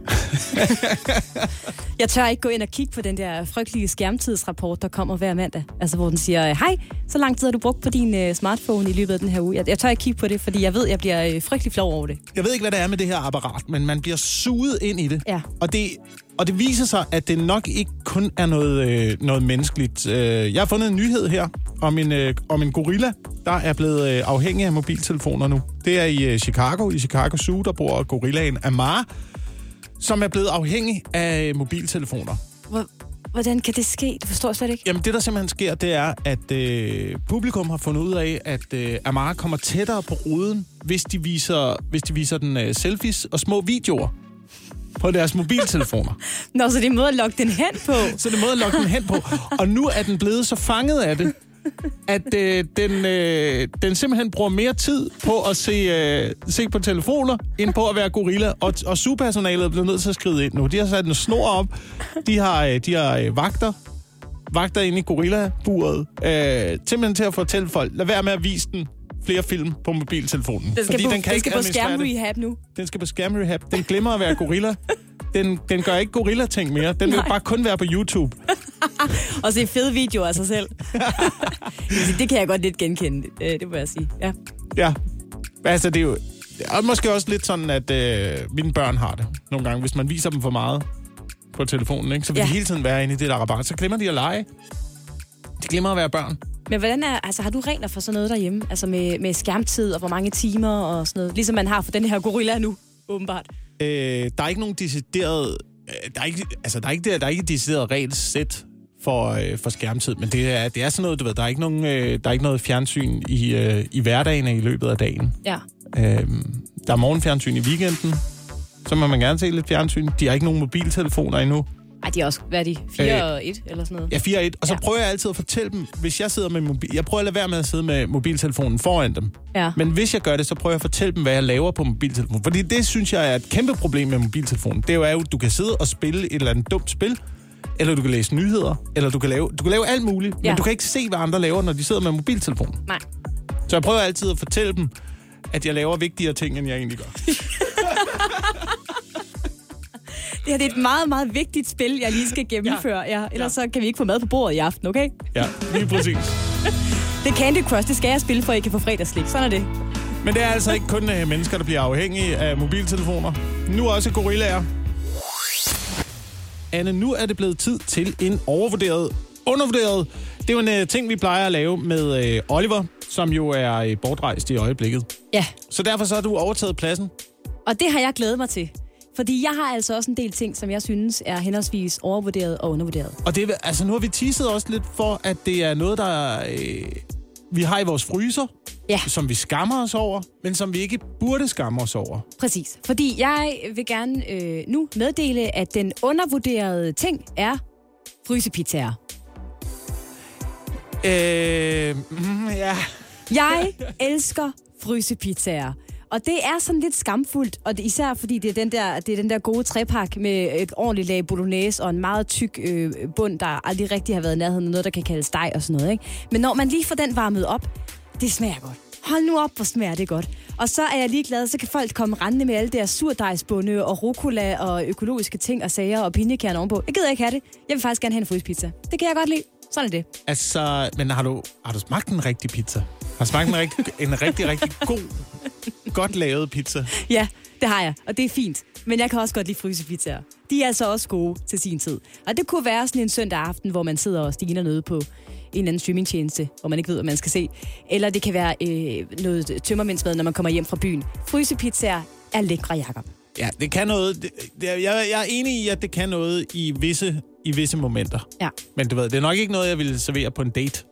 Jeg tør ikke gå ind og kigge på den der frygtelige skærmtidsrapport, der kommer hver mandag. Altså, hvor den siger, hej, så lang tid har du brugt på din uh, smartphone i løbet af den her uge. Jeg, jeg tør ikke kigge på det, fordi jeg ved, jeg bliver uh, frygtelig flov over det. Jeg ved ikke, hvad det er med det her apparat, men man bliver suget ind i det. Ja. Og det, og det viser sig, at det nok ikke kun er noget, øh, noget menneskeligt. Øh, jeg har fundet en nyhed her om en, øh, om en gorilla, der er blevet øh, afhængig af mobiltelefoner nu. Det er i øh, Chicago. I Chicago Zoo, der bor gorillaen Amar, som er blevet afhængig af mobiltelefoner. Hvor, hvordan kan det ske? Det forstår jeg slet ikke. Jamen, det der simpelthen sker, det er, at øh, publikum har fundet ud af, at øh, Amar kommer tættere på ruden, hvis de viser, hvis de viser den øh, selfies og små videoer på deres mobiltelefoner. Nå, så det er en måde at lokke den hen på. Så det er en måde at lokke den hen på. Og nu er den blevet så fanget af det, at øh, den, øh, den simpelthen bruger mere tid på at se, øh, se på telefoner, end på at være gorilla. Og, og superpersonalet er blevet nødt til at skride ind nu. De har sat en snor op. De har, øh, de har øh, vagter. Vagter inde i gorilla-buret. Øh, simpelthen til at fortælle folk, lad være med at vise den flere film på mobiltelefonen. Den skal fordi på, den kan den ikke skal på skærmrehab nu. Den skal på skærmrehab. Den glemmer at være gorilla. Den, den gør ikke gorilla-ting mere. Den vil Nej. bare kun være på YouTube. Og se fede videoer af sig selv. Det kan jeg godt lidt genkende, det må jeg sige. Ja. Ja. Altså, det er jo det er måske også lidt sådan, at øh, mine børn har det nogle gange. Hvis man viser dem for meget på telefonen, ikke? Så vil Ja. de hele tiden være inde i det der rabat. Så glemmer de at lege. De glemmer at være børn. Men hvordan er, altså, har du regler for sådan noget derhjemme? Altså med, med skærmtid og hvor mange timer og sådan noget? Ligesom man har for den her gorilla nu, åbenbart. Øh, der er ikke nogen decideret... Øh, der er ikke, altså, der er ikke, der er ikke et decideret regelsæt for, øh, for skærmtid, men det er, det er sådan noget, du ved, der er ikke, nogen, øh, der er ikke noget fjernsyn i, øh, i hverdagen i løbet af dagen. Ja. Øh, der er morgenfjernsyn i weekenden, så må man gerne se lidt fjernsyn. De har ikke nogen mobiltelefoner endnu. Ej, de er også, hvad er de? fire og et eller sådan noget? Ja, fire og et. Og så Ja. prøver jeg altid at fortælle dem, hvis jeg sidder med mobil... Jeg prøver at lade være med at sidde med mobiltelefonen foran dem. Ja. Men hvis jeg gør det, så prøver jeg at fortælle dem, hvad jeg laver på mobiltelefonen. Fordi det, synes jeg, er et kæmpe problem med mobiltelefonen. Det er jo, at du kan sidde og spille et eller andet dumt spil, eller du kan læse nyheder, eller du kan lave, du kan lave alt muligt, Ja. men du kan ikke se, hvad andre laver, når de sidder med mobiltelefonen. Nej. Så jeg prøver altid at fortælle dem, at jeg laver vigtigere ting, end jeg egentlig gør. Det her det er et meget, meget vigtigt spil, jeg lige skal gennemføre. Ja. Ja. Ellers så kan vi ikke få mad på bordet i aften, okay? Ja, lige præcis. Det er Candy Crush, det skal jeg spille, for at I kan få fredagsslik. Sådan er det. Men det er altså ikke kun uh, mennesker, der bliver afhængige af mobiltelefoner. Nu også gorillaer. Anne, nu er det blevet tid til en overvurderet, undervurderet. Det er jo en uh, ting, vi plejer at lave med uh, Oliver, som jo er uh, bortrejst i øjeblikket. Ja. Så derfor så har du overtaget pladsen. Og det har jeg glædet mig til. Fordi jeg har altså også en del ting, som jeg synes er henholdsvis overvurderet og undervurderet. Og det, altså, nu har vi teaset også lidt for, at det er noget, der øh, vi har i vores fryser, ja. som vi skammer os over, men som vi ikke burde skamme os over. Præcis. Fordi jeg vil gerne øh, nu meddele, at den undervurderede ting er frysepizzaer. Øh, mm, ja. Jeg elsker frysepizzaer. Og det er sådan lidt skamfuldt, og det, især fordi det er, den der, det er den der gode trepak med et ordentligt lag bolognese og en meget tyk øh, bund, der aldrig rigtig har været i nærheden af noget, der kan kaldes dej og sådan noget. Ikke? Men når man lige får den varmet op, det smager godt. Hold nu op, hvor smager det godt. Og så er jeg lige glad, så kan folk komme rendende med alle der surdejsbunde og rucola og økologiske ting og sager og pinjekerner ovenpå. Jeg gider ikke have det. Jeg vil faktisk gerne have en frysepizza. Det kan jeg godt lide. Sådan er det. Altså, men har du, har du smagt en rigtig pizza? Har du smagt en rigtig, en rigtig, rigtig god, godt lavet pizza? Ja, det har jeg, og det er fint. Men jeg kan også godt lide frysepizzaer. De er altså også gode til sin tid. Og det kunne være sådan en søndag aften, hvor man sidder og stiner noget på en eller anden streamingtjeneste, hvor man ikke ved, hvad man skal se. Eller det kan være øh, noget tømmermændsmad, når man kommer hjem fra byen. Frysepizzaer er lækre, Jacob. Ja, det kan noget. Det, det, jeg, jeg er enig i, at det kan noget i visse, i visse momenter. Ja. Men du ved, det er nok ikke noget, jeg ville servere på en date.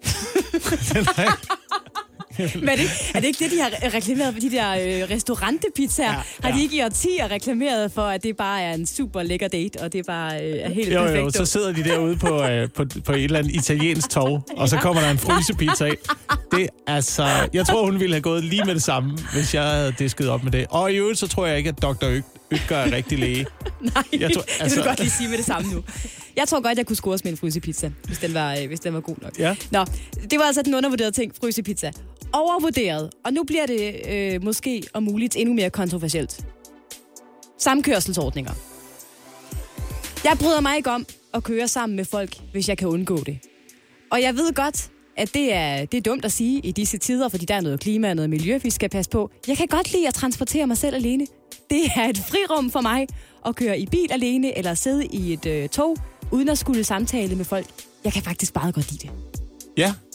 Men er det, er det ikke det, de har reklameret for de der øh, restaurantepizzaer? Ja, har ja. de ikke i årtier reklameret for, at det bare er en super lækker date, og det bare øh, er helt jo, perfekt? Jo, så sidder de derude på, øh, på, på et eller andet italiensk torv, og så kommer der en frysepizza ind. Det altså, jeg tror, hun ville have gået lige med det samme, hvis jeg havde disket op med det. Og i øvrigt, så tror jeg ikke, at doktor Ø- Ødger er rigtig læge. Nej, jeg tror, altså... det altså... vil du godt lige sige med det samme nu. Jeg tror godt, jeg kunne score med en frysepizza, hvis den var, øh, hvis den var god nok. Ja. Nå, det var altså den undervurderede ting, frysepizza. Overvurderet, og nu bliver det øh, måske om muligt endnu mere kontroversielt. Samkørselsordninger. Jeg bryder mig ikke om at køre sammen med folk, hvis jeg kan undgå det. Og jeg ved godt, at det er, det er dumt at sige i disse tider, fordi der er noget klima og noget miljø, vi skal passe på. Jeg kan godt lide at transportere mig selv alene. Det er et frirum for mig at køre i bil alene, eller sidde i et øh, tog, uden at skulle samtale med folk. Jeg kan faktisk bare godt lide det. Ja,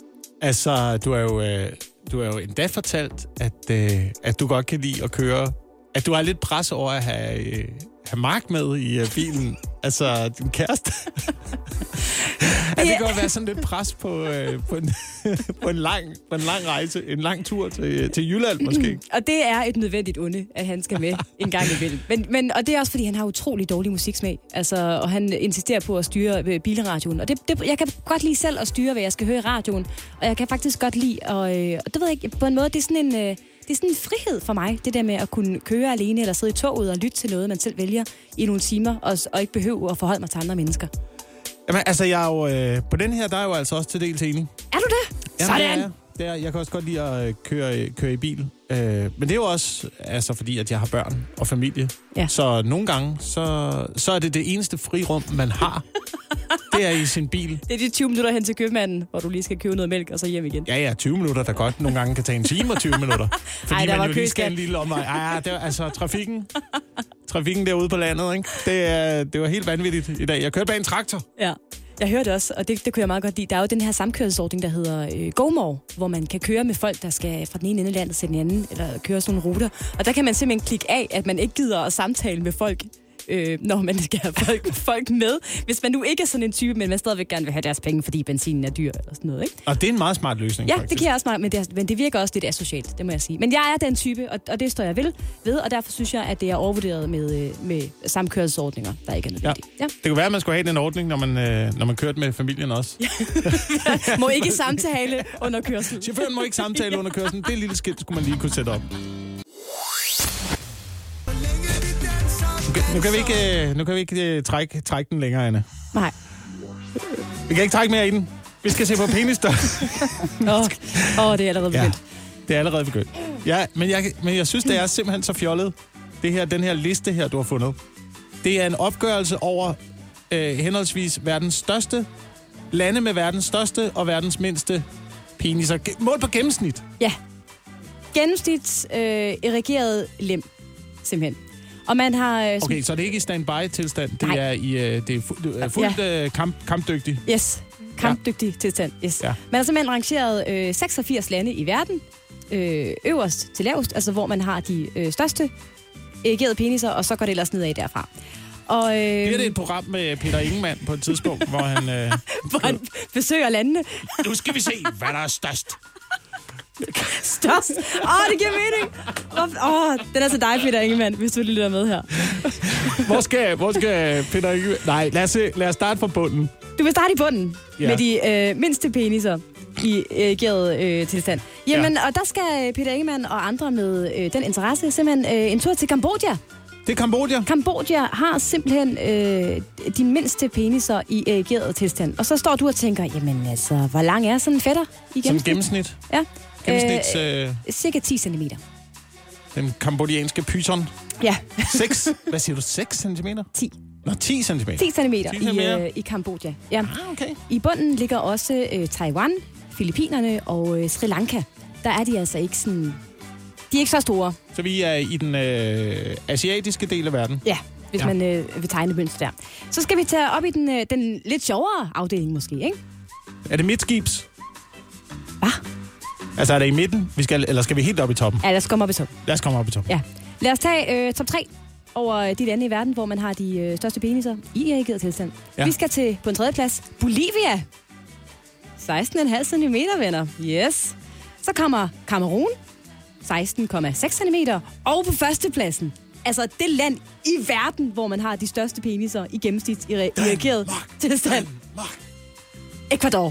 Altså, du er jo, øh, du er jo endda fortalt, at, øh, at du godt kan lide at køre... At du er lidt pres over at have, øh, have Mark med i øh, bilen. Altså, din kæreste. At det kan godt være sådan lidt pres på, øh, på, en, på, en lang, på en lang rejse, en lang tur til, til Jylland måske. Og det er et nødvendigt onde, at han skal med en gang imellem. Men, men, og det er også, fordi han har utrolig dårlig musiksmag. Altså, og han insisterer på at styre bilradioen. Og det, det, jeg kan godt lide selv at styre, hvad jeg skal høre i radioen. Og jeg kan faktisk godt lide, og, øh, og det ved jeg ikke, på en måde, det er sådan en... Øh, Det er sådan en frihed for mig, det der med at kunne køre alene eller sidde i toget og lytte til noget, man selv vælger i nogle timer, og, og ikke behøve at forholde mig til andre mennesker. Jamen, altså, jeg er jo, øh, på den her, der er jeg jo altså også til dels enig. Er du det? Jamen, Sådan! det er jeg. Det er, jeg kan også godt lide at øh, køre, køre i bil. Øh, men det er jo også, altså, fordi at jeg har børn og familie. Ja. Så nogle gange, så, så er det det eneste frirum, man har. Det er i sin bil. Det er de tyve minutter hen til købmanden, hvor du lige skal købe noget mælk, og så hjem igen. Ja, ja, tyve minutter, der godt nogle gange kan tage en time og tyve minutter. Fordi Ej, der man var jo lige skal en lille omvej. Ej, ja, det var, altså, trafikken. Trafikken derude på landet, ikke? Det, er, det var helt vanvittigt i dag. Jeg kørte bag en traktor. Ja. Jeg hørte også, og det, det kunne jeg meget godt lide. Der er jo den her samkørselsordning, der hedder øh, GoMore, hvor man kan køre med folk, der skal fra den ene ende af landet til den anden, eller køre sådan nogle ruter. Og der kan man simpelthen klikke af, at man ikke gider at samtale med folk, øh, når man skal have folk, folk med. Hvis man nu ikke er sådan en type, men man stadigvæk gerne vil have deres penge, fordi benzinen er dyr, eller sådan noget, ikke? Og det er en meget smart løsning, Ja, faktisk. det kan jeg også meget, men det, men det virker også lidt asocialt, det må jeg sige. Men jeg er den type, og, og det står jeg ved, ved, og derfor synes jeg, at det er overvurderet med, med samkørselsordninger, der ikke er nødvendige. Ja. Ja. Det kunne være, at man skulle have den ordning, når man, øh, når man kørte med familien også. Må ikke samtale under kørsel. Chaufføren må ikke samtale under kørslen. Det lille skilt skulle man lige kunne sætte op. Nu kan vi ikke, nu kan vi ikke trække, trække den længere, Anne. Nej. Vi kan ikke trække mere i den. Vi skal se på penisstørrelse. Åh, oh, oh, det er allerede begyndt. Ja, det er allerede begyndt. Ja, men jeg, men jeg synes, det er simpelthen så fjollet. Det her, den her liste her, du har fundet. Det er en opgørelse over øh, henholdsvis verdens største, lande med verdens største og verdens mindste peniser. Mål på gennemsnit. Ja. Gennemsnit øh, erigeret lem, simpelthen. Og man har... Øh, okay, så det er ikke i standby-tilstand. Det Nej. er, i, øh, det er fu- øh, fuldt Ja. øh, kamp, kampdygtig. Yes, kampdygtig ja. tilstand. Yes. Ja. Man har simpelthen rangeret øh, seksogfirs lande i verden, øh, øverst til lavest, altså hvor man har de øh, største erigerede peniser, og så går det ellers nedad derfra. Og, øh, Bliver det et program med Peter Ingemann på et tidspunkt, hvor han... Øh, hvor han besøger landene. Nu skal vi se, hvad der er størst. Størst? Åh, oh, det giver mening. Åh, oh, den er til dig, Peter Ingemann, hvis du lige lytter med her. Hvor skal, hvor skal Peter Ingemann... Nej, lad os, se, lad os starte fra bunden. Du vil starte i bunden Ja. med de øh, mindste peniser i erigeret øh, tilstand. Jamen, ja. Og der skal Peter Ingemann og andre med øh, den interesse simpelthen øh, en tur til Kambodja. Det er Kambodja. Kambodja har simpelthen øh, de mindste peniser i erigeret tilstand. Og så står du og tænker, jamen altså, hvor lang er sådan en fætter i gennemsnit? Som gennemsnit? Ja. Gennemsnits... Øh, cirka ti centimeter. den kambodjanske python. Ja. seks Hvad siger du? seks centimeter? ti Nå, ti centimeter. ti centimeter ti i, centimeter. øh, i Kambodja. Ja. Ah, okay. I bunden ligger også øh, Taiwan, Filippinerne og øh, Sri Lanka. Der er de altså ikke sådan... De er ikke så store. Så vi er i den øh, asiatiske del af verden. Ja, hvis Ja. ja. man øh, vil tegne mønster der. Så skal vi tage op i den, øh, den lidt sjovere afdeling måske, ikke? Er det midtskibs? Hvad? Altså, er det i midten? Vi skal, eller skal vi helt op i toppen? Ja, lad os komme op i toppen. Lad os komme op i toppen. Ja. Lad os tage øh, top tre over de lande i verden, hvor man har de øh, største peniser i erigeret tilstand. Ja. Ja. Vi skal til på en tredje plads Bolivia. seksten komma fem centimeter, venner. Yes. Så kommer Cameroon. seksten komma seks centimeter. Og på førstepladsen, altså det land i verden, hvor man har de største peniser i gennemsnit i erigeret tilstand. Danmark. Ecuador.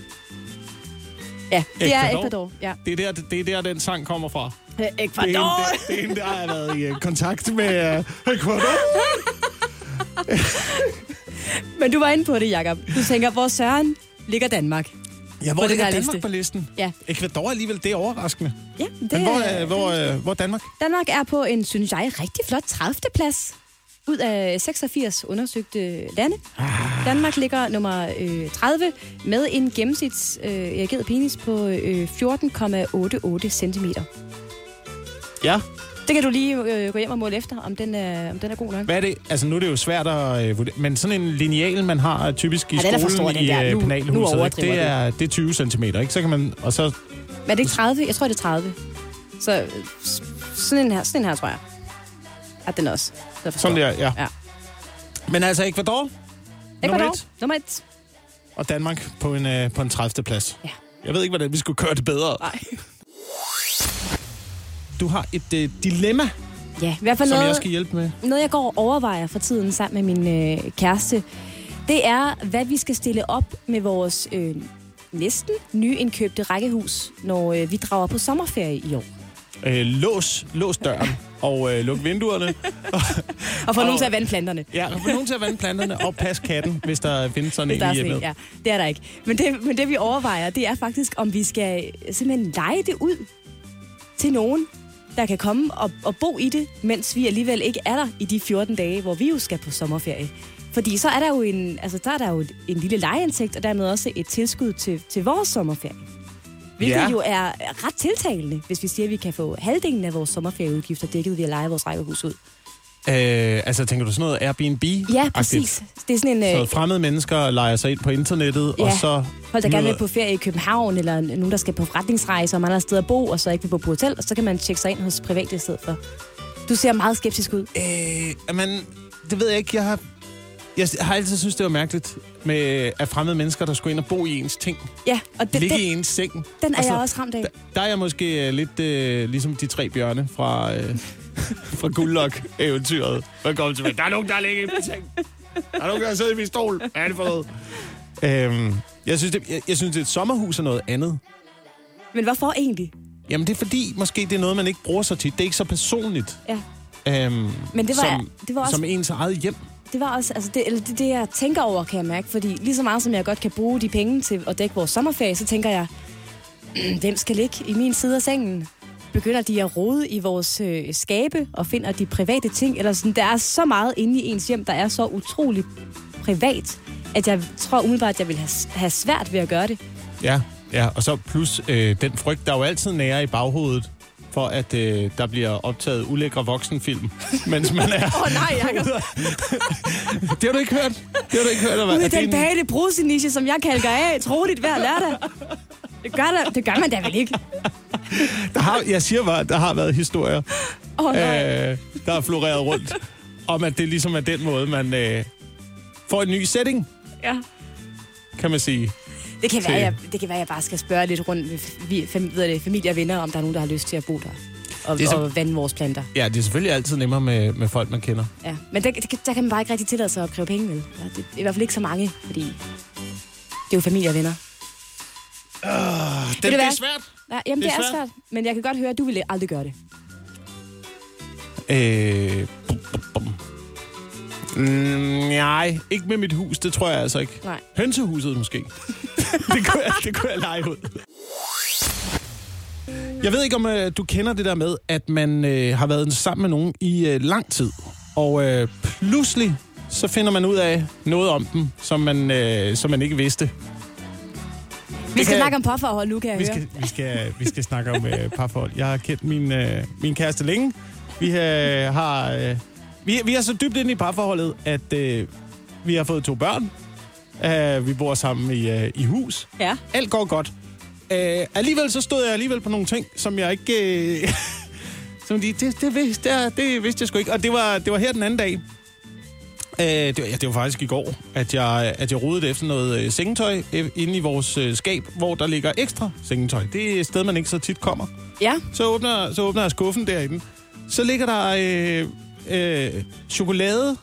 Ja, det Ecuador? er Ecuador. Ja. Det er, der, det er der, den sang kommer fra. Øh, Det er Ecuador! en, der, det er en, der har været i øh, kontakt med uh, Ecuador. Men du var inde på det, Jacob. Du tænker, hvor søren ligger Danmark? Ja, hvor på den ligger her Danmark liste. på listen? Ja. Ecuador alligevel, det er overraskende. Ja, det Men hvor, er- er, hvor, øh, hvor er Danmark? Danmark er på en, synes jeg, rigtig flot tredivte plads ud af seksogfirs undersøgte lande. Danmark ligger nummer øh, tredive med en gennemsnits øh, erigeret penis på øh, fjorten komma otteogtyve centimeter. Ja. Det kan du lige øh, gå hjem og måle efter, om den er, om den er god nok. Hvad er det? Altså, nu er det jo svært at øh, vurdere, men sådan en lineal, man har typisk i ja, skolen stor, i nu, penalhuset, nu ikke? Det er, det er tyve centimeter, ikke? Så kan man, og så... Men er det ikke tredive? Jeg tror, det er tredive. Så øh, sådan en her, sådan en her tror jeg. At den også. Sådan der, ja. ja. Men altså, Ecuador, Ecuador nummer et. Nummer et. Og Danmark på en, øh, på en tredivte plads. Ja. Jeg ved ikke, hvordan vi skulle gøre det bedre. Nej. Du har et øh, dilemma, ja, i hvert fald som noget, jeg skal hjælpe med. Noget, jeg går og overvejer for tiden sammen med min øh, kæreste. Det er, hvad vi skal stille op med vores øh, næsten nyindkøbte rækkehus, når øh, vi drager på sommerferie i år. Øh, lås, lås døren og øh, luk vinduerne. og få nogen til at vande planterne. Ja, og få nogen til at vande planterne og passe katten, hvis der findes sådan en i hjemmet. Ja, det er der ikke. Men det, men det, vi overvejer, det er faktisk, om vi skal simpelthen leje det ud til nogen, der kan komme og, og bo i det, mens vi alligevel ikke er der i de fjorten dage, hvor vi jo skal på sommerferie. Fordi så er der jo en, altså, der er der jo en lille lejeindtægt, og dermed også et tilskud til, til vores sommerferie. Hvilket ja. jo er ret tiltalende, hvis vi siger, at vi kan få halvdelen af vores sommerferieudgifter dækket ved at leje vores rækkehus ud. Øh, altså, tænker du sådan noget Airbnb? Ja, præcis. Det er sådan en... Så fremmede mennesker lejer sig ind på internettet, ja. og så... Folk, der gerne vil på ferie i København, eller nogen, der skal på forretningsrejse, og man har et sted at bo, og så ikke vil bo på hotel, og så kan man tjekke sig ind hos private i stedet for. Du ser meget skeptisk ud. Øh, men det ved jeg ikke. Jeg har, jeg har altid synes det var mærkeligt med at fremmede mennesker, der skulle ind og bo i ens ting. Ja, og det, ligge den, i ens seng. Den er altså, jeg også ramt af. Der, der er jeg måske lidt øh, ligesom de tre bjørne fra... Øh, fra Guldlok-eventyret. Man kommer til, der er nogen, der ligger i min seng. Der er nogen, der sidder i min stol. Hvad er det for noget? Øhm, jeg, synes, det, jeg, jeg synes, det et sommerhus er noget andet. Men hvorfor egentlig? Jamen, det er fordi, måske det er noget, man ikke bruger så tit. Det er ikke så personligt. Ja. Øhm, Men det var, som, det var også, som ens eget hjem. Det var også, altså det, eller det, det, jeg tænker over, kan jeg mærke. Fordi lige så meget, som jeg godt kan bruge de penge til at dække vores sommerferie, så tænker jeg, hvem skal ligge i min side af sengen? Begynder de at rode i vores øh, skabe og finder de private ting? Eller sådan, der er så meget inde i ens hjem, der er så utroligt privat, at jeg tror umiddelbart, at jeg vil have, have svært ved at gøre det. Ja, ja. Og så plus øh, den frygt, der er jo altid nære i baghovedet, for at øh, der bliver optaget ulækre voksenfilm, mens man er... Åh oh, nej, Jacob. Det har du ikke hørt? Det har du ikke hørt, eller hvad? Ude i den bagte bruseniche, som jeg kalker af, troligt hver lørdag. Det gør, der, det gør man da vel ikke? Der har, jeg siger bare, der har været historier, oh, øh, der er floreret rundt, om at det ligesom er den måde, man øh, får en ny setting, ja. kan man sige. Det kan, være, jeg, det kan være, jeg bare skal spørge lidt rundt ved familie, familie og venner, om der er nogen, der har lyst til at bo der og, så, og vande vores planter. Ja, det er selvfølgelig altid nemmere med, med folk, man kender. Ja, men der, der kan man bare ikke rigtig tillade sig at kræve penge med. Ja, det er i hvert fald ikke så mange, fordi det er jo familie og venner. Uh, det, det er svært. Ja, jamen, det, det er, er svært. svært, men jeg kan godt høre, at du ville aldrig gøre det. Øh, bum, bum, bum. Mm, nej, ikke med mit hus, det tror jeg altså ikke. Nej. Hønsehuset måske. det, kunne jeg, det kunne jeg lege ud. Jeg ved ikke, om uh, du kender det der med, at man uh, har været sammen med nogen i uh, lang tid, og uh, pludselig så finder man ud af noget om dem, som man, uh, som man ikke vidste. Vi skal kan, snakke om parforhold nu, kan jeg vi høre. Skal, vi, skal, vi skal snakke om uh, parforhold. Jeg har kendt min, uh, min kæreste længe. Vi uh, har... Uh, vi, vi er så dybt inde i parforholdet, at uh, vi har fået to børn. Uh, vi bor sammen i, uh, i hus. Ja. Alt går godt. Uh, alligevel så stod jeg alligevel på nogle ting, som jeg ikke... Uh, som de, det, det, vidste, det, det vidste jeg sgu ikke. Og det var, det var her den anden dag. Uh, det, var, ja, det var faktisk i går, at jeg, at jeg rodede efter noget uh, sengetøj uh, inde i vores uh, skab, hvor der ligger ekstra sengetøj. Det er et sted, man ikke så tit kommer. Ja. Så åbner, så åbner jeg skuffen derinde. Så ligger der uh, uh, chokolade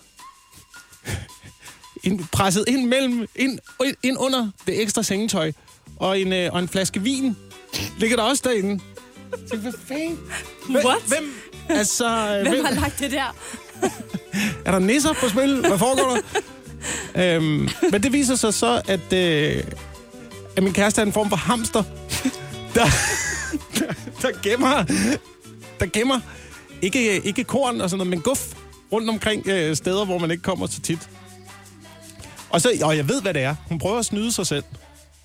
ind, presset ind mellem, ind, ind under det ekstra sengetøj, og en, uh, og en flaske vin ligger der også derinde. Så hvad fanden? What? Hvem, altså, hvem, hvem har lagt det der? Er der nisser på spil? Hvad foregår der? øhm, men det viser sig så, at, øh, at min kæreste er en form for hamster, der, der, der gemmer, der gemmer ikke, ikke korn og sådan noget, men guf rundt omkring øh, steder, hvor man ikke kommer så tit. Og, så, og jeg ved, hvad det er. Hun prøver at snyde sig selv.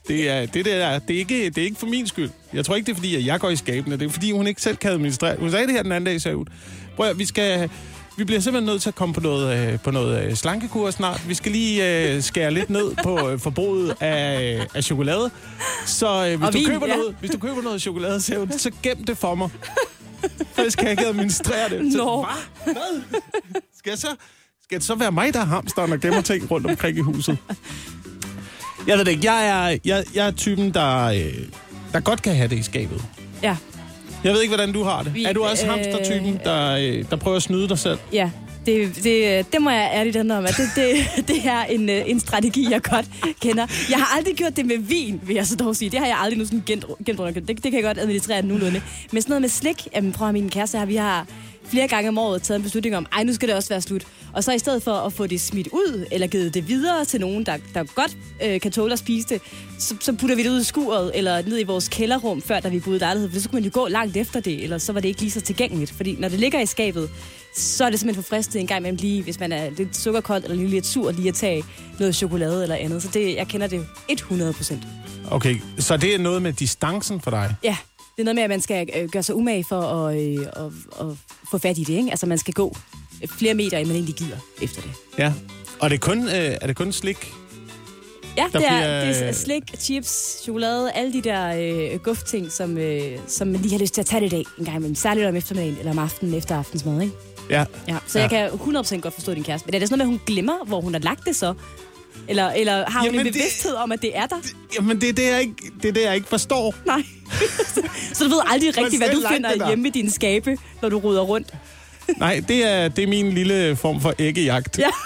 Det er, det, der, det, er ikke, det er ikke for min skyld. Jeg tror ikke, det er fordi, at jeg går i skabene. Det er fordi, hun ikke selv kan administrere. Hun sagde det her den anden dag, sagde hun. Prøv at, vi skal... Vi bliver simpelthen nødt til at komme på noget, øh, på noget øh, slankekur snart. Vi skal lige øh, skære lidt ned på øh, forbruget af, af chokolade. Så øh, hvis, du vin, køber ja. noget, hvis du køber noget chokolade, så, så gem det for mig. For jeg skal ikke administrere det. Så, Nå. Hvad? Hvad? Skal, jeg så, skal det så være mig, der er hamsteren og gemmer ting rundt omkring i huset? Jeg ved det ikke. Jeg er, jeg, jeg er typen, der, øh, der godt kan have det i skabet. Ja. Jeg ved ikke, hvordan du har det. Vi, er du også øh, hamstertypen, der, øh, der prøver at snyde dig selv? Ja, det, det, det må jeg ærligt indrømme. Det, det, det er en, en strategi, jeg godt kender. Jeg har aldrig gjort det med vin, vil jeg så dog sige. Det har jeg aldrig nu sådan gemt, gemt rundt. Det, det kan jeg godt administrere nogenlunde. Men sådan noget med slik, jamen, prøv at min kæreste her, vi har flere gange om året taget en beslutning om, ej, nu skal det også være slut. Og så i stedet for at få det smidt ud, eller givet det videre til nogen, der, der godt øh, kan tåle at spise det, så, så putter vi det ud i skuret, eller ned i vores kælderrum, før da vi boede i lejlighed. For så kunne man jo gå langt efter det, eller så var det ikke lige så tilgængeligt. Fordi når det ligger i skabet, så er det simpelthen for fristet en gang imellem lige, hvis man er lidt sukkerkold, eller lige lidt sur, lige at tage noget chokolade eller andet. Så det, jeg kender det hundrede procent. Okay, så det er noget med distancen for dig? Ja, det er noget med, at man skal øh, gøre sig umage for at, øh, at, at få fat i det, ikke? Altså, man skal gå flere meter, end man egentlig gider efter det. Ja. Og det er, kun, øh, er det kun slik? Ja, der det er, bliver, det er slik, chips, chokolade, alle de der øh, guftting, som, øh, som man lige har lyst til at tage det i dag en gang imellem. Særligt om eftermiddagen eller om aftenen efter aftensmad, ikke? Ja. Ja, så ja. Jeg kan hundrede procent godt forstå din kæreste. Men er det sådan noget med, at hun glemmer, hvor hun har lagt det så? Eller, eller har hun Jamen en bevidsthed det, om, at det er der? Det, jamen, det er det, jeg ikke, det er det, jeg ikke forstår. Nej. Så du ved aldrig rigtigt, hvad du finder hjemme i dine skabe, når du ruder rundt? Nej, det er, det er min lille form for æggejagt. Ja.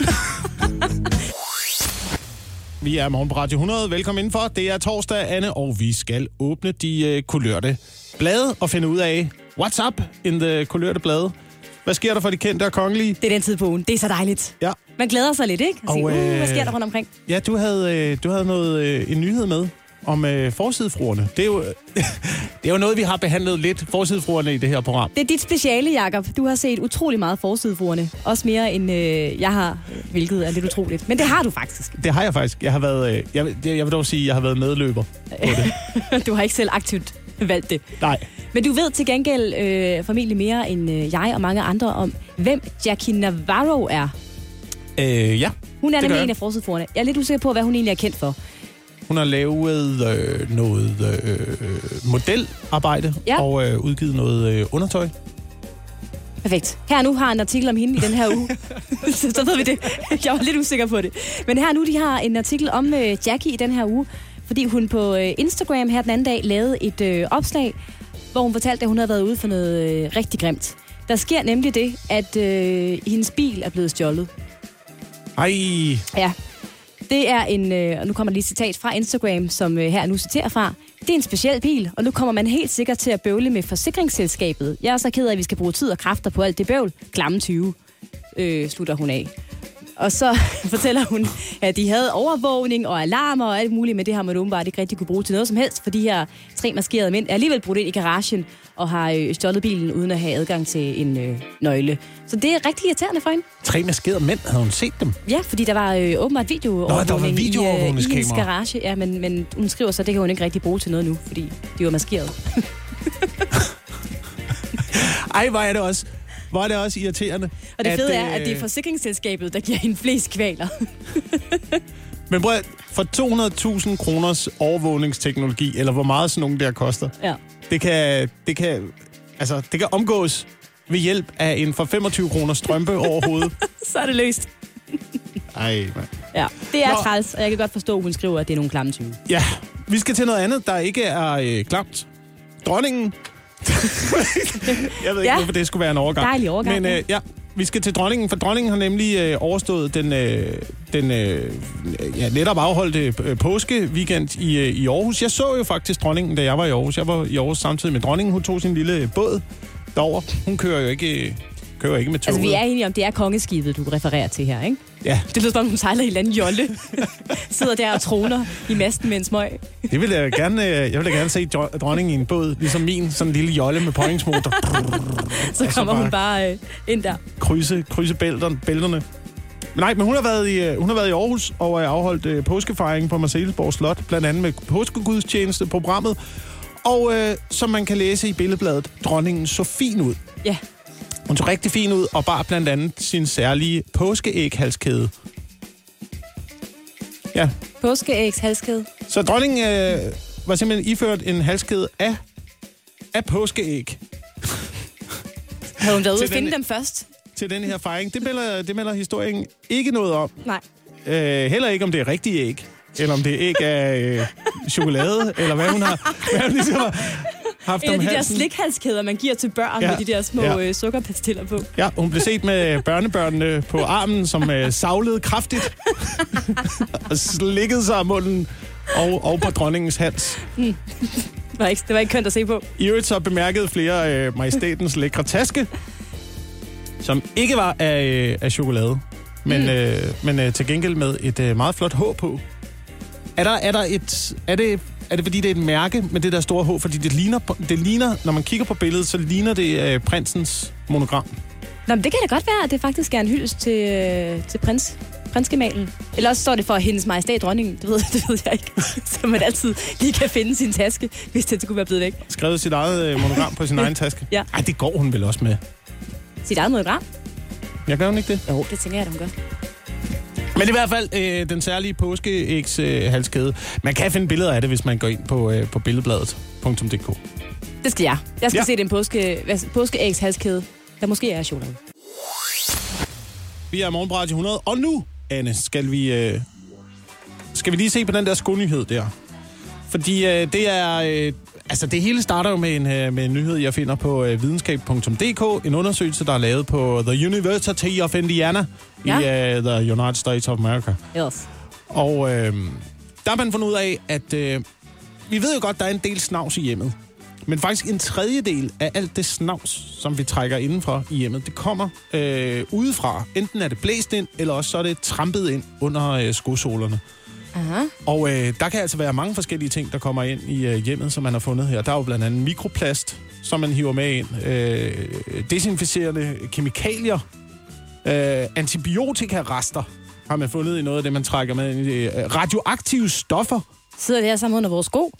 Vi er morgen på Radio hundrede. Velkommen indenfor. Det er torsdag, Anne, og vi skal åbne de uh, kulørte blade og finde ud af, what's up in the kulørte blade? Hvad sker der for de kendte og kongelige? Det er den tid på ugen. Det er så dejligt. Ja. Man glæder sig lidt, ikke? Og, og sige, uh, hvad sker der rundt omkring? Ja, du havde, øh, du havde noget, øh, en nyhed med om øh, forsidefruerne. Det er, jo, det er jo noget, vi har behandlet lidt, forsidefruerne, i det her program. Det er dit speciale, Jakob. Du har set utrolig meget forsidefruerne. Også mere, end øh, jeg har, hvilket er lidt utroligt. Men det har du faktisk. Det har jeg faktisk. Jeg har været, øh, jeg, jeg vil dog sige, at jeg har været medløber på det. Du har ikke selv aktivt valgt det. Nej. Men du ved til gengæld øh, formentlig mere end øh, jeg og mange andre om, hvem Jackie Navarro er. Øh, ja. Hun er nemlig en af forsidefruerne. Jeg er lidt usikker på, hvad hun egentlig er kendt for. Hun har lavet øh, noget øh, modelarbejde ja. og øh, udgivet noget øh, undertøj. Perfekt. Her nu har en artikel om hende i den her uge. så, så ved vi det. Jeg var lidt usikker på det. Men her nu, de har en artikel om øh, Jackie i den her uge, fordi hun på øh, Instagram her den anden dag lavede et øh, opslag, hvor hun fortalte, at hun havde været ude for noget øh, rigtig grimt. Der sker nemlig det, at øh, hendes bil er blevet stjålet. Ej. Ja. Det er en, øh, og nu kommer lige et citat fra Instagram, som øh, her nu citerer fra. Det er en speciel bil, og nu kommer man helt sikkert til at bøvle med forsikringsselskabet. Jeg er så ked af, at vi skal bruge tid og kræfter på alt det bøvl. Klamme tyve, øh, slutter hun af. Og så fortæller hun, at de havde overvågning og alarmer og alt muligt, men det har man åbenbart ikke rigtig kunne bruge til noget som helst, for de her tre maskerede mænd er alligevel brudt ind i garagen og har øh, stjålet bilen uden at have adgang til en øh, nøgle. Så det er rigtig irriterende for hende. Tre maskerede mænd, havde hun set dem? Ja, fordi der var øh, åbenbart videoovervågning i, øh, i hendes garage. Ja, men, men hun skriver så, at det kan hun ikke rigtig bruge til noget nu, fordi de var maskeret. Ej, hvor er det også... Hvor er det også irriterende. Og det fede at, er, at det er forsikringsselskabet, der giver hende flest kvaler. Men prøv at, for to hundrede tusind kroners overvågningsteknologi, eller hvor meget sådan nogle der koster, ja. det, kan, det, kan, altså, det kan omgås ved hjælp af en for femogtyve kroner strømpe over hovedet. Så er det løst. Ej, man. Ja, det er træls, og jeg kan godt forstå, at hun skriver, at det er nogle klamme tyve. Ja, vi skal til noget andet, der ikke er øh, klamt. Dronningen. Jeg ved ikke, ja. hvorfor det skulle være en overgang. Dejlig overgang. Men øh, ja, vi skal til dronningen, for dronningen har nemlig øh, overstået den, øh, den øh, ja, netop afholdte øh, påskeweekend i, øh, i Aarhus. Jeg så jo faktisk dronningen, da jeg var i Aarhus. Jeg var i Aarhus samtidig med dronningen. Hun tog sin lille båd derover. Hun kører jo ikke, kører ikke med toget. Altså, vi er enige om, det er kongeskibet, du refererer til her, ikke? Ja. Det lyder som om, hun sejler i en eller anden jolle. Sidder der og troner i masten med en smøg. Det vil jeg gerne, jeg vil da gerne se dronningen i en båd, ligesom min, sådan en lille jolle med påhængsmotor. Så kommer så bare, hun bare øh, ind der. Krydse, krydse bælterne, bælterne. nej, men hun har været i, hun har været i Aarhus og er afholdt øh, påskefejring på Marselisborg Slot, blandt andet med påskegudstjeneste på programmet. Og øh, som man kan læse i billedbladet, dronningen så fin ud. Ja. Hun så rigtig fin ud og bar blandt andet sin særlige påskeæghalskæde. Ja. Påskeægshalskæde. Så dronningen øh, var simpelthen iført en halskæde af, af påskeæg. Havde hun været ude Til at finde den- dem først? Til den her fejring. Det melder, det melder historien ikke noget om. Nej. Øh, heller ikke, om det er rigtige æg. Eller om det er æg af øh, chokolade. Eller hvad hun har, hvad hun ligesom har haft Eller om de der halsen. slikhalskæder, man giver til børn Ja. med de der små Ja. øh, sukkerpastiller på. Ja, hun blev set med børnebørnene på armen, som øh, savlede kraftigt. Og slikkede sig af munden og, og på dronningens hals. Mm. Det, var ikke, det var ikke kønt at se på. I øvrigt så bemærkede flere øh, majestætens lækre taske, som ikke var af, øh, af chokolade, men, Mm. øh, men øh, til gengæld med et øh, meget flot H på. Er der, er der et... Er det, er det fordi, det er et mærke med det der store H? Fordi det ligner, det ligner når man kigger på billedet, så ligner det øh, prinsens monogram. Nå, men det kan da godt være, at det faktisk er en hyldest til, øh, til prins, prinsgemalen. Eller også står det for hendes majestæt dronningen. Det ved, det ved jeg ikke. Så man altid lige kan finde sin taske, hvis det skulle være blevet væk. Skrevet sit eget øh, monogram på sin egen taske. Ja. Ej, det går hun vel også med. Sit eget monogram? Jeg gør hun ikke det? Jo, det tænker jeg, at hun gør. Men i hvert fald øh, den særlige påskeægs øh, halskæde. Man kan finde billeder af det, hvis man går ind på, øh, på billedbladet punktum d k. Det skal jeg. Jeg skal Ja. se den påske, hvad- påskeægshalskæde, der måske er chokolade. Vi er morgen på Radio hundrede, og nu, Anne, skal vi, øh, skal vi lige se på den der skonyhed der. Fordi øh, det er... Øh, altså, det hele starter jo med en, øh, med en nyhed, jeg finder på øh, videnskab punktum d k. En undersøgelse, der er lavet på The University of Indiana ja. i øh, The United States of America. Yes. Og øh, der har man fundet ud af, at øh, vi ved jo godt, der er en del snavs i hjemmet. Men faktisk en tredjedel af alt det snavs, som vi trækker indenfor i hjemmet, det kommer øh, udefra. Enten er det blæst ind, eller også så er det trampet ind under øh, skosålerne. Aha. Og øh, der kan altså være mange forskellige ting, der kommer ind i øh, hjemmet, som man har fundet her. Der er jo blandt andet mikroplast, som man hiver med ind. Øh, desinficerende kemikalier. Øh, antibiotikarester har man fundet i noget af det, man trækker med ind i. Øh, radioaktive stoffer. Sidder det her sammen under vores sko?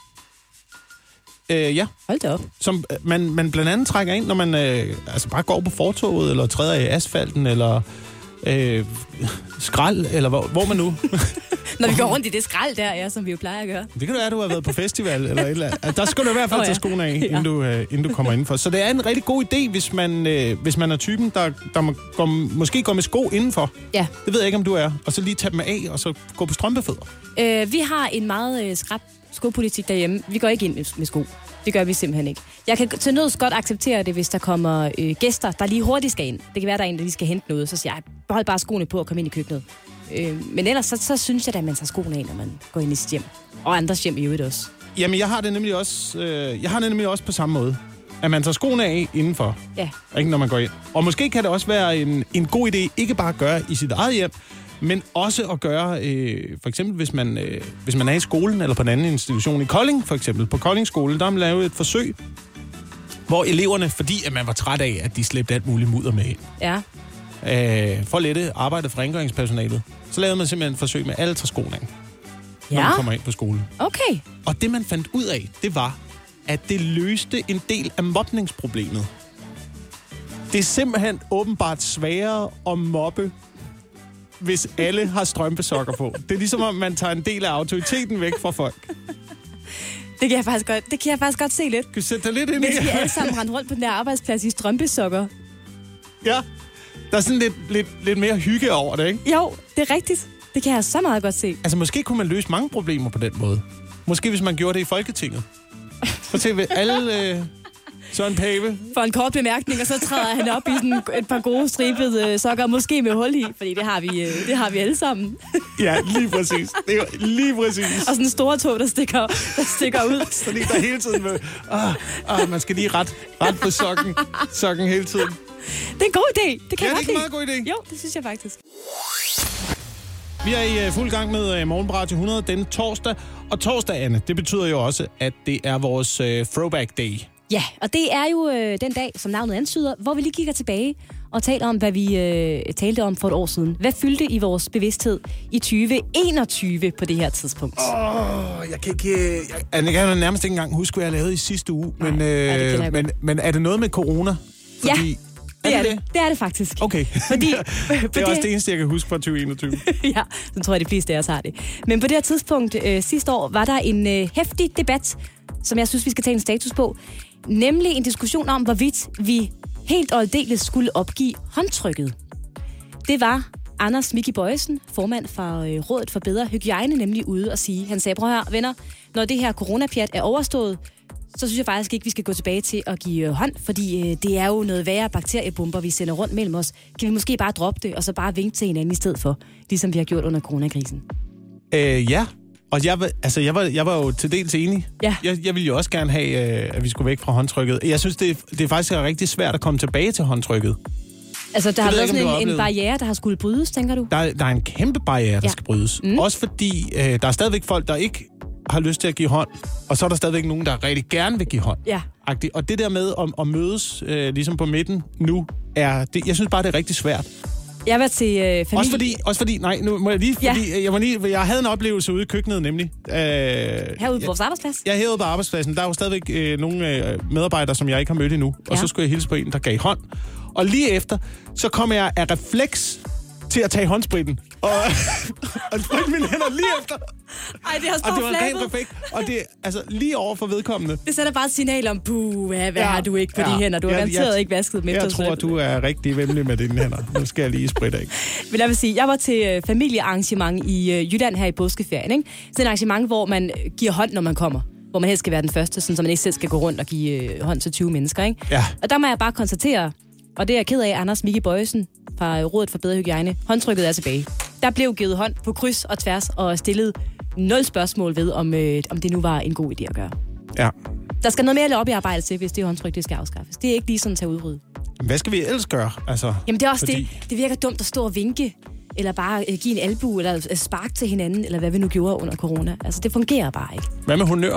Øh, ja. Hold da op. Som øh, man, man blandt andet trækker ind, når man øh, altså bare går på fortovet, eller træder i asfalten, eller øh, skrald, eller hvor, hvor man nu... Når vi går rundt i det skrald der, ja, som vi jo plejer at gøre. Det kan det være, at du har været på festival, eller et eller andet. Der skal du i hvert fald oh, ja. tage skoene af, inden, du, øh, inden du kommer indenfor. Så det er en rigtig god idé, hvis man, øh, hvis man er typen, der, der må, går, måske går med sko indenfor. Ja. Det ved jeg ikke, om du er. Og så lige tage dem af, og så gå på strømpefødder. Øh, vi har en meget øh, skrap skopolitik derhjemme. Vi går ikke ind med, med sko. Det gør vi simpelthen ikke. Jeg kan til nøds godt acceptere det, hvis der kommer øh, gæster, der lige hurtigt skal ind. Det kan være, der er en, der lige skal hente noget. Så siger jeg, behold bare skoene på og kom ind i køkkenet. Øh, men ellers, så, så synes jeg da, at man tager skoene af, når man går ind i sit hjem. Og andres hjem i øvrigt også. Jamen, jeg har det nemlig også, øh, jeg har det nemlig også på samme måde. At man tager skoene af indenfor. Ja. Ikke når man går ind. Og måske kan det også være en, en god idé, ikke bare at gøre i sit eget hjem, men også at gøre, øh, for eksempel hvis man, øh, hvis man er i skolen, eller på en anden institution i Kolding, for eksempel. På Kolding skole, der har man lavet et forsøg, hvor eleverne, fordi at man var træt af, at de slæbte alt muligt mudder med ind, Ja. øh, for at lette arbejdet for rengøringspersonalet, så lavede man simpelthen et forsøg med alle tager skoene af, når Ja. man kommer ind på skolen. Okay. Og det, man fandt ud af, det var, at det løste en del af mobningsproblemet. Det er simpelthen åbenbart sværere at mobbe, hvis alle har strømpesokker på. Det er ligesom, om man tager en del af autoriteten væk fra folk. Det kan jeg faktisk godt, det kan jeg faktisk godt se lidt. Kan du sætte dig lidt ind i Hvis vi alle sammen rendte rundt på den der arbejdsplads i strømpesokker. Ja, der er sådan lidt, lidt, lidt mere hygge over det, ikke? Jo, det er rigtigt. Det kan jeg så meget godt se. Altså, måske kunne man løse mange problemer på den måde. Måske hvis man gjorde det i Folketinget. Fortæl ved alle... Øh, Søren Pape. For en kort bemærkning, og så træder han op i sådan et par gode stribede sokker, måske med hul i, fordi det har vi, det har vi alle sammen. Ja, lige præcis. Det er lige præcis. Og sådan en store tog, der stikker, der stikker ud. Så lige der hele tiden med, ah, ah, man skal lige ret, ret på sokken, sokken hele tiden. Det er en god idé. Det kan ja, jeg det godt er en meget god idé. Jo, det synes jeg faktisk. Vi er i uh, fuld gang med uh, Morgen på Radio hundrede den torsdag. Og torsdag, Anne, det betyder jo også, at det er vores uh, throwback day. Ja, og det er jo øh, den dag, som navnet antyder, hvor vi lige kigger tilbage og talt om, hvad vi øh, talte om for et år siden. Hvad fyldte i vores bevidsthed i tyve enogtyve på det her tidspunkt? Åh, oh, jeg kan ikke... Jeg, jeg kan nærmest ikke engang huske, hvad jeg lavede i sidste uge. Nej, men, øh, ja, det men, men er det noget med corona? Fordi, ja. Det er det. det. Det er det faktisk. Okay. Fordi, det er også det eneste, jeg kan huske fra tyve enogtyve. Ja, så tror jeg, de fleste af os har det. Men på det her tidspunkt øh, sidste år, var der en øh, heftig debat, som jeg synes, vi skal tage en status på. Nemlig en diskussion om, hvorvidt vi helt og aldeles skulle opgive håndtrykket. Det var Anders Mickey Bojesen, formand for øh, Rådet for Bedre Hygiejne, nemlig ude og sige. Han sagde, prøv her, venner, når det her coronapjat er overstået, så synes jeg faktisk ikke, vi skal gå tilbage til at give øh, hånd, fordi øh, det er jo noget værre bakteriebomber, vi sender rundt mellem os. Kan vi måske bare droppe det, og så bare vinke til hinanden i stedet for, ligesom vi har gjort under coronakrisen? Øh, ja, og jeg, altså, jeg, var, jeg var jo til dels enig. Ja. Jeg, jeg ville jo også gerne have, øh, at vi skulle væk fra håndtrykket. Jeg synes, det, det er faktisk rigtig svært at komme tilbage til håndtrykket. Altså, der har været ikke, sådan en, en barriere, der har skulle brydes, tænker du? Der, der er en kæmpe barriere, der ja. skal brydes. Mm. Også fordi, øh, der er stadigvæk folk, der ikke har lyst til at give hånd, og så er der stadigvæk nogen, der rigtig gerne vil give hånd. Ja. Og det der med at, at mødes øh, ligesom på midten nu, er det, jeg synes bare, det er rigtig svært. Jeg var til øh, familie... Også fordi, også fordi, nej, nu må jeg lige, fordi ja. jeg, var lige, jeg havde en oplevelse ude i køkkenet, nemlig. Øh, Herude på vores arbejdsplads? Jeg er herude på arbejdspladsen. Der er jo stadigvæk øh, nogle øh, medarbejdere, som jeg ikke har mødt endnu. Ja. Og så skulle jeg hilse på en, der gav hånd. Og lige efter, så kom jeg af refleks til at tage håndspritten. Og, og spritte mine hænder lige efter. Ej, det har stået og det var flabet. rent refleks. Og det altså lige over for vedkommende. Det sætter bare et signal om, puh, hvad, hvad ja. har du ikke på ja. de hænder? Du har ja, garanteret jeg, ikke vasket dem Jeg efter. tror, du er rigtig venlig med dine hænder. Nu skal jeg lige spritte af. Men lad mig sige, jeg var til øh, familiearrangement i øh, Jylland her i påskeferien. Ikke? Så det er et arrangement, hvor man giver hånd, når man kommer. Hvor man helst skal være den første, sådan, så man ikke selv skal gå rundt og give øh, hånd til tyve mennesker. Ikke? Ja. Og der må jeg bare konstatere, og det er jeg ked af, Anders Mickey Bojesen fra Rådet for Bedre Hygiejne. Håndtrykket er tilbage. Der blev givet hånd på kryds og tværs og stillet nul spørgsmål ved, om, øh, om det nu var en god idé at gøre. Ja. Der skal noget mere lobbyarbejde til, hvis det håndtryk det skal afskaffes. Det er ikke lige sådan til at udrydde. Hvad skal vi ellers gøre? Altså, Jamen det er også fordi... det. Det virker dumt at stå og vinke, eller bare øh, give en albu, eller øh, spark til hinanden, eller hvad vi nu gjorde under corona. Altså det fungerer bare ikke. Hvad med honør?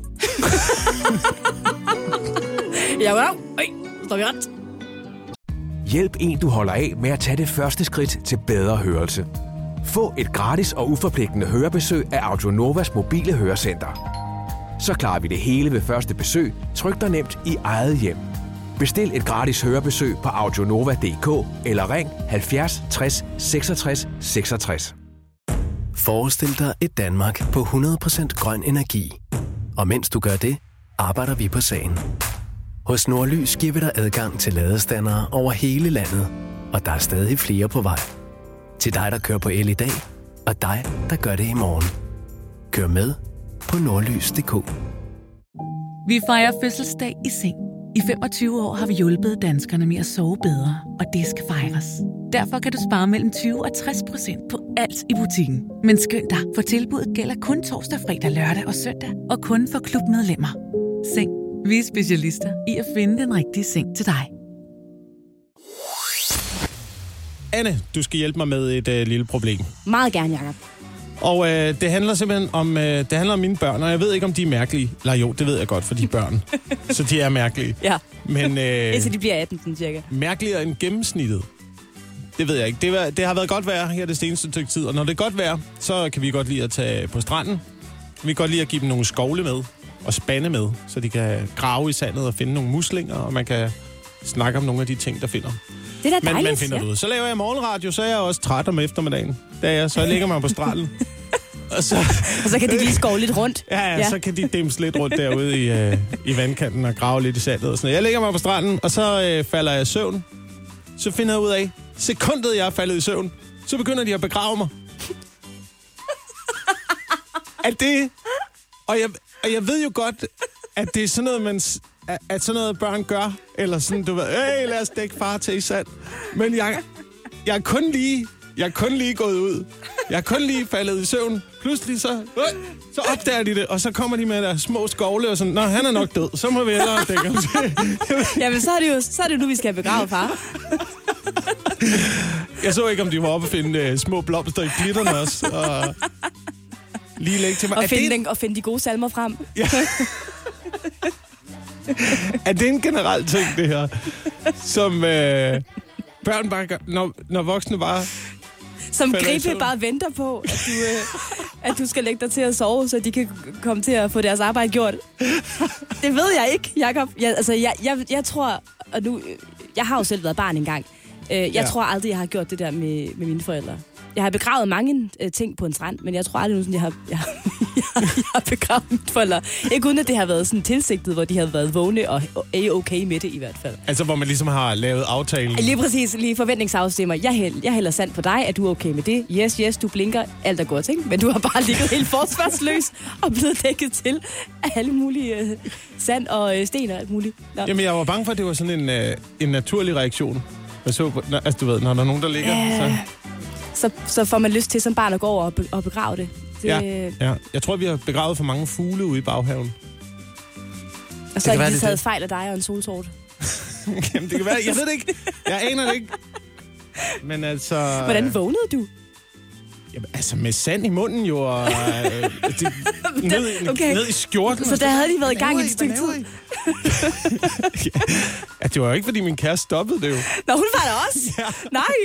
Ja, wow. Øj, står vi ret. Hjælp en, du holder af med at tage det første skridt til bedre hørelse. Få et gratis og uforpligtende hørebesøg af Audionovas mobile hørecenter. Så klarer vi det hele ved første besøg, tryk dig nemt i eget hjem. Bestil et gratis hørebesøg på audionova punktum d k eller ring halvfjerds tres seksogtres seksogtres. Forestil dig et Danmark på hundrede procent grøn energi. Og mens du gør det, arbejder vi på sagen. Hos Nordlys giver vi dig adgang til ladestandere over hele landet, og der er stadig flere på vej. Til dig, der kører på el i dag, og dig, der gør det i morgen. Kør med på nordlys punktum d k. Vi fejrer fødselsdag i seng. I femogtyve år har vi hjulpet danskerne med at sove bedre, og det skal fejres. Derfor kan du spare mellem tyve og tres procent på alt i butikken. Men skynd dig, for tilbuddet gælder kun torsdag, fredag, lørdag og søndag, og kun for klubmedlemmer. Seng. Vi er specialister i at finde den rigtige seng til dig. Anne, du skal hjælpe mig med et øh, lille problem. Meget gerne, Jacob. Og øh, det handler simpelthen om, øh, det handler om mine børn, og jeg ved ikke, om de er mærkelige. Eller jo, det ved jeg godt, for de er børn. Så de er mærkelige. Ja. Men, øh, Indtil de bliver atten, sådan cirka. Mærkeligere end gennemsnittet. Det ved jeg ikke. Det, var, det har været godt vejr her det seneste stykke tid, og når det er godt vejr, så kan vi godt lide at tage på stranden. Vi kan godt lide at give dem nogle skovle med og spande med, så de kan grave i sandet og finde nogle muslinger, og man kan snakke om nogle af de ting, der finder. Det er da Men dejligt, man finder ja. det ud. Så laver jeg morgenradio, så er jeg også træt om eftermiddagen. Da jeg så ligger mig på stranden. og, så, og så kan de lige skove lidt rundt. Ja, ja, ja. Så kan de dimse lidt rundt derude i, øh, i vandkanten og grave lidt i sandet og sådan noget. Jeg ligger mig på stranden, og så øh, falder jeg i søvn. Så finder jeg ud af, sekundet jeg er faldet i søvn, så begynder de at begrave mig. At det... Og jeg, og jeg ved jo godt, at det er sådan noget, man... at sådan noget børn gør, eller sådan, du ved, hey, lad os dække far til i sand. Men jeg, jeg er kun lige, jeg er kun lige gået ud. Jeg er kun lige faldet i søvn. Pludselig så, øh, så opdager de det, og så kommer de med der små skovle og sådan, nå, han er nok død, så må vi hellere dække ham til. Jamen, så er det jo så er det nu, vi skal begrave far. Jeg så ikke, om de var oppe og finde uh, små blomster i glitterne også, og lige lægge til mig. Og finde, det... den, og finde de gode salmer frem. Ja. Er det en generel ting, det her? Som, øh, børn bare gør, når, når voksne bare... Som falder i gribe søvn. bare venter på, at du, øh, at du skal lægge dig til at sove, så de kan komme til at få deres arbejde gjort. Det ved jeg ikke, Jacob. Jeg, altså, jeg, jeg, jeg tror... Og nu, jeg har jo selv været barn engang. Øh, jeg Ja. tror aldrig, jeg har gjort det der med, med mine forældre. Jeg har begravet mange øh, ting på en strand, men jeg tror aldrig nogensinde, jeg har, jeg, jeg, jeg har begravet mine forældre. Ikke uden, at det har været sådan tilsigtet, hvor de havde været vågne og A-okay med det i hvert fald. Altså, hvor man ligesom har lavet aftalen. Lige præcis, lige forventningsafstemmer. Jeg, hæld, jeg hælder sand på dig, at du er okay med det. Yes, yes, du blinker, alt er godt, ikke? Men du har bare ligget helt forsvarsløs og blevet dækket til af alle mulige øh, sand og øh, sten og alt muligt. Nå. Jamen, jeg var bange for, at det var sådan en, øh, en naturlig reaktion. Jeg så, når, altså, du ved, når der er nogen, der ligger, Ja. så... Så, så får man lyst til som barn at gå over og, be, og begrave det. det Ja, ja. Jeg tror, vi har begravet for mange fugle ude i baghaven. Og så kan har være, de det taget er det. fejl af dig og en soltort. Jamen, det kan være, jeg ved det ikke. Jeg aner det ikke. Men altså... Hvordan vågnede du? Jamen, altså, med sand i munden jo, og øh, det, ned, i- Okay. ned i skjorten. Så der havde de været i gang i et Hvad stykke laver tid. I? Ja, det var jo ikke, fordi min kæreste stoppede det jo. Nå, hun var der også? Ja. Nej.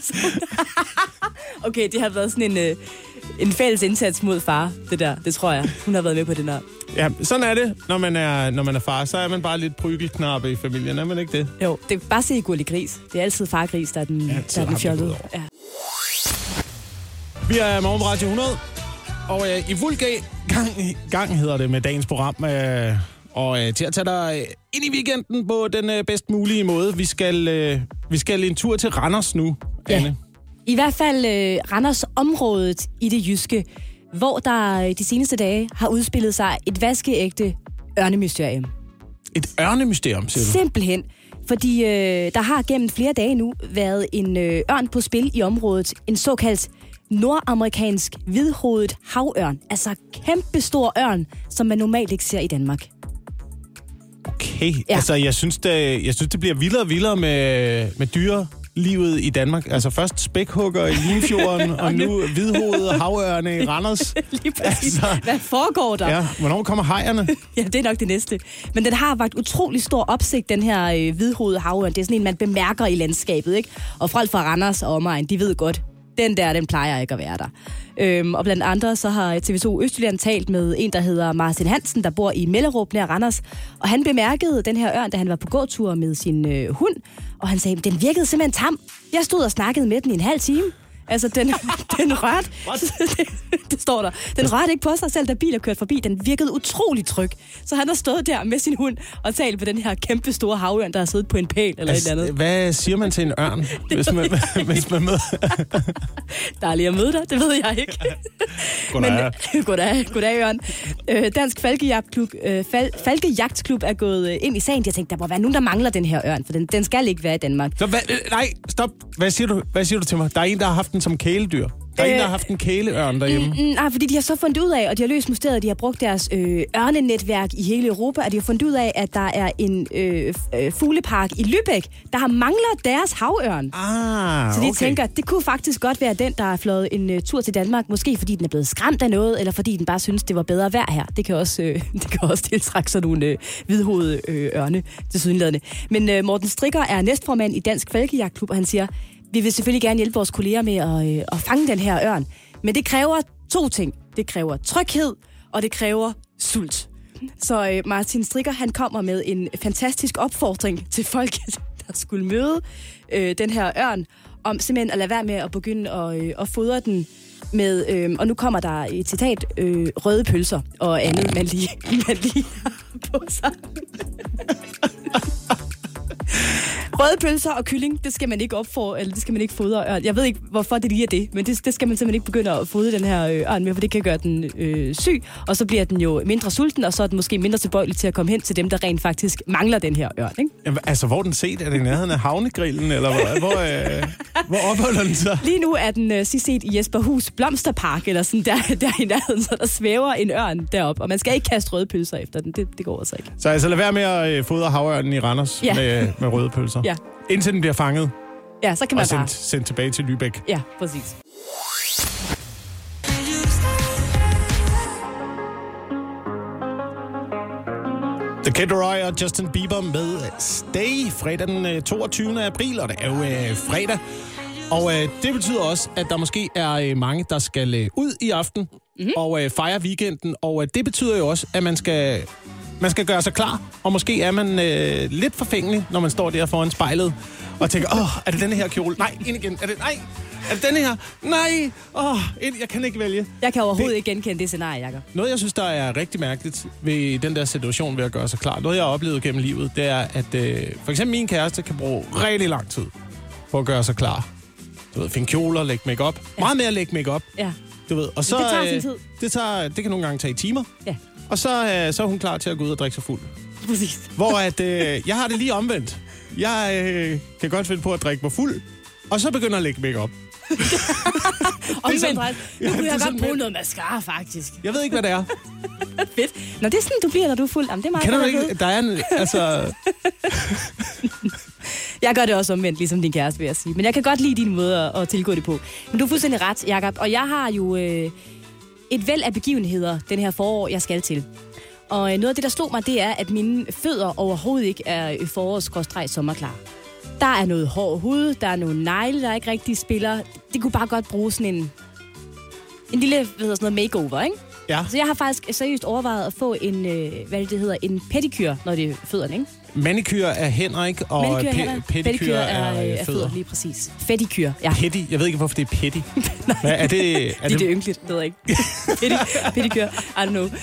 Okay, det har været sådan en, øh, en fælles indsats mod far, det der. Det tror jeg. Hun har været med på det der. Ja, sådan er det, når man er, når man er far. Så er man bare lidt prygelknappe i familien, er man ikke det? Jo, det er bare se Gurli Gris. Det er altid far Gris, der er den, Ja, der er den fjollede. Ja. Vi er Morgen på Radio hundrede, og øh, i fuld ga- gang, gang hedder det med dagens program. Øh, og øh, til at tage dig øh, ind i weekenden på den øh, bedst mulige måde. Vi skal, øh, vi skal en tur til Randers nu, Ja. Anne. I hvert fald øh, Randers området i det jyske, hvor der øh, de seneste dage har udspillet sig et vaskeægte ørnemysterium. Et ørnemysterium, siger du? Simpelthen. Fordi øh, der har gennem flere dage nu været en øh, ørn på spil i området. En såkaldt nordamerikansk hvidhovedet havørn. Altså kæmpestor ørn, som man normalt ikke ser i Danmark. Okay, Ja. altså jeg synes, det, jeg synes, det bliver vildere og vildere med, med dyrelivet i Danmark. Altså først spækhugger i Limfjorden, og nu hvidhovedede havørne i Randers. Lige præcis. Altså, Hvad foregår der? ja, hvornår kommer hajerne? Ja, det er nok det næste. Men den har vagt utrolig stor opsigt, den her øh, hvidhovedede havørn. Det er sådan en, man bemærker i landskabet, ikke? Og folk fra Randers og omegn, de ved godt, den der, den plejer ikke at være der. Øhm, og blandt andre, så har T V to Østjylland talt med en, der hedder Martin Hansen, der bor i Mellerup nær Randers. Og han bemærkede den her ørn, da han var på gåtur med sin øh, hund. Og han sagde, den virkede simpelthen tam. Jeg stod og snakkede med den i en halv time. Altså, den, den rørte... det, det står der. Den rørte ikke på sig selv, da biler kørte forbi. Den virkede utrolig tryg. Så han har stået der med sin hund og talt på den her kæmpe store havørn, der har siddet på en pæl eller Altså, et eller andet. hvad siger man til en ørn, hvis man, hvis man møder? Dejligt at møde dig, det ved jeg ikke. Goddag. Men, goddag, goddag, Jørgen. Øh, Dansk Falkejagtklub, øh, Fal, Falkejagtklub er gået øh, ind i sagen. De har tænkt, der må være nogen, der mangler den her ørn, for den, den skal ikke være i Danmark. Så hvad, nej, stop. Hvad siger, du, hvad siger du til mig? Der er en, der har haft den som kæledyr. Der er øh, en, der har haft en kæleørn derhjemme. Mm, mm, nej, fordi de har så fundet ud af, og de har løst mysteriet, de har brugt deres øh, ørnenetværk i hele Europa, og de har fundet ud af, at der er en øh, øh, fuglepark i Lübeck, der har mangler deres havørn. Ah, Så de okay. tænker, det kunne faktisk godt være den, der har fløjet en uh, tur til Danmark. Måske fordi den er blevet skræmt af noget, eller fordi den bare synes, det var bedre vejr her. Det kan også, øh, det kan også tiltrække sådan nogle øh, hvidhovedede øh, ørne til sydenladende. Men øh, Morten Strikker er næstformand i Dansk Falkejagtklub, og han siger, vi vil selvfølgelig gerne hjælpe vores kolleger med at, øh, at fange den her ørn. Men det kræver to ting. Det kræver tryghed, og det kræver sult. Så øh, Martin Strikker, han kommer med en fantastisk opfordring til folk, der skulle møde øh, den her ørn, om simpelthen at lade være med at begynde at, øh, at fodre den med, øh, og nu kommer der et citat, øh, røde pølser og andet, man lige, man lige har på sig. Røde pølser og kylling, det skal man ikke opfordre, eller det skal man ikke fodre ørn. Jeg ved ikke, hvorfor det lige er det, men det, det skal man simpelthen ikke begynde at fodre den her øh, ørn med, for det kan gøre den øh, syg, og så bliver den jo mindre sulten, og så er den måske mindre tilbøjelig til at komme hen til dem, der rent faktisk mangler den her ørn, ikke? Jamen, altså, hvor er den set? Er det i nærheden af havnegrillen, eller hvor, hvor, øh, hvor opholder den sig? Lige nu er den øh, sidst set i Jesperhus Blomsterpark, eller sådan der, der i nærheden, så der svæver en ørn deroppe, og man skal ikke kaste røde pølser efter den, det, det går altså ikke. Så altså, lad være med at øh, fodre havørnen i Randers Ja. med, med røde pølser. Ja. Indtil den bliver fanget Ja, så kan man og sendt, bare... sendt tilbage til Lübeck. Ja, præcis. The Kid Laroi og Justin Bieber med Stay fredag den toogtyvende april, og det er jo øh, fredag. Og øh, det betyder også, at der måske er øh, mange, der skal øh, ud i aften mm-hmm. og øh, fejre weekenden. Og øh, det betyder jo også, at man skal, man skal gøre sig klar. Og måske er man øh, lidt forfængelig, når man står der foran spejlet og tænker, åh, er det denne her kjole? Nej, ind igen. Er det, nej, er det denne her? Nej, åh, jeg kan ikke vælge. Jeg kan overhovedet det, ikke genkende det scenarie, Jacob. Noget, jeg synes, der er rigtig mærkeligt ved den der situation ved at gøre sig klar, noget, jeg har oplevet gennem livet, det er, at øh, for eksempel min kæreste kan bruge rigtig lang tid på at gøre sig klar. Du ved, finde kjoler, lægge make-up. Ja. Meget mere at lægge make-up. Ja. Du ved, og så, det tager sin tid. Øh, det, tager, det kan nogle gange tage timer. Ja. Og så, øh, så er hun klar til at gå ud og drikke sig fuld. Præcis. Hvor at, øh, jeg har det lige omvendt. Jeg øh, kan godt finde på at drikke mig fuld, og så begynder at lægge make-up. Omvendt, ret. Nu kunne jeg godt bruge noget mascara, faktisk. Jeg ved ikke, hvad det er. Fedt. Nå, det er sådan, du bliver, når du er fuld. Jamen, det er meget Kender du ikke? Der er en, altså... Jeg gør det også omvendt, ligesom din kæreste, vil jeg sige. Men jeg kan godt lide din måde at, at tilgå det på. Men du er fuldstændig ret, Jacob. Og jeg har jo øh, et væld af begivenheder den her forår, jeg skal til. Og øh, noget af det, der slog mig, det er, at mine fødder overhovedet ikke er forårs-sommerklar. Der er noget hård hud, der er nogle negle, der ikke rigtig spiller. Det kunne bare godt bruge sådan en, en lille, hvad hedder sådan noget, makeover, ikke? Ja. Så jeg har faktisk seriøst overvejet at få en, øh, hvad det hedder, en pedikyr, når det er fødderne, ikke? Manikyr er Henrik, og Manikyr er pe- Henrik. pedikyr, pedikyr er, er, er fødder. fødder. Lige præcis. Fedikyr, ja. Pedi? Jeg ved ikke, hvorfor det er pedi. Nej, Hvad, er det, er det, det er ynkeligt, det ved jeg ikke. Pedi, pedikyr, I don't know.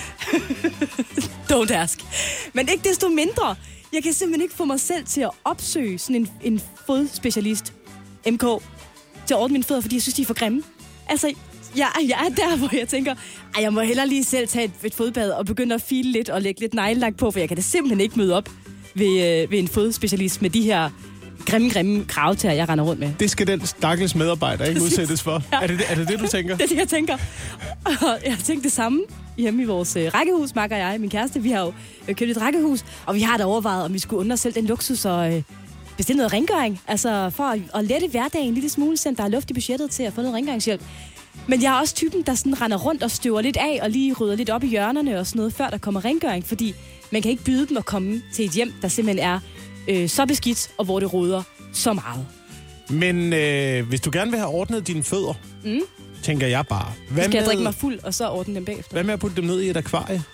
Don't ask. Men ikke desto mindre. Jeg kan simpelthen ikke få mig selv til at opsøge sådan en, en fodspecialist, M K, til at ordne mine fødder, fordi jeg synes, de er for grimme. Altså, jeg, jeg er der, hvor jeg tænker, ej, jeg må hellere lige selv tage et, et fodbad og begynde at file lidt og lægge lidt neglelak på, for jeg kan da simpelthen ikke møde op ved, øh, ved en fodspecialist med de her grimme, grimme kravtæer, jeg render rundt med. Det skal den stakkels medarbejder ikke udsættes for. Ja. Er, det, er det det, du tænker? Det er det, jeg tænker. Og jeg har tænkt det samme hjemme i vores øh, rækkehus, Mark og jeg, min kæreste. Vi har jo øh, købt et rækkehus, og vi har da overvejet, om vi skulle under os selv den luksus og øh, bestille noget rengøring. Altså for at, at lette hverdagen en lille smule, så der er luft i budgettet til at få noget rengøringshjælp. Men jeg er også typen, der sådan render rundt og støver lidt af og lige rydder lidt op i hjørnerne og sådan noget, før der kommer rengøring, fordi man kan ikke byde dem at komme til et hjem, der simpelthen er øh, så beskidt, og hvor det roder så meget. Men øh, hvis du gerne vil have ordnet dine fødder, mm. tænker jeg bare... Hvad skal med, jeg drikke mig fuld, og så ordne dem bagefter? Hvad med at putte dem ned i et akvarie?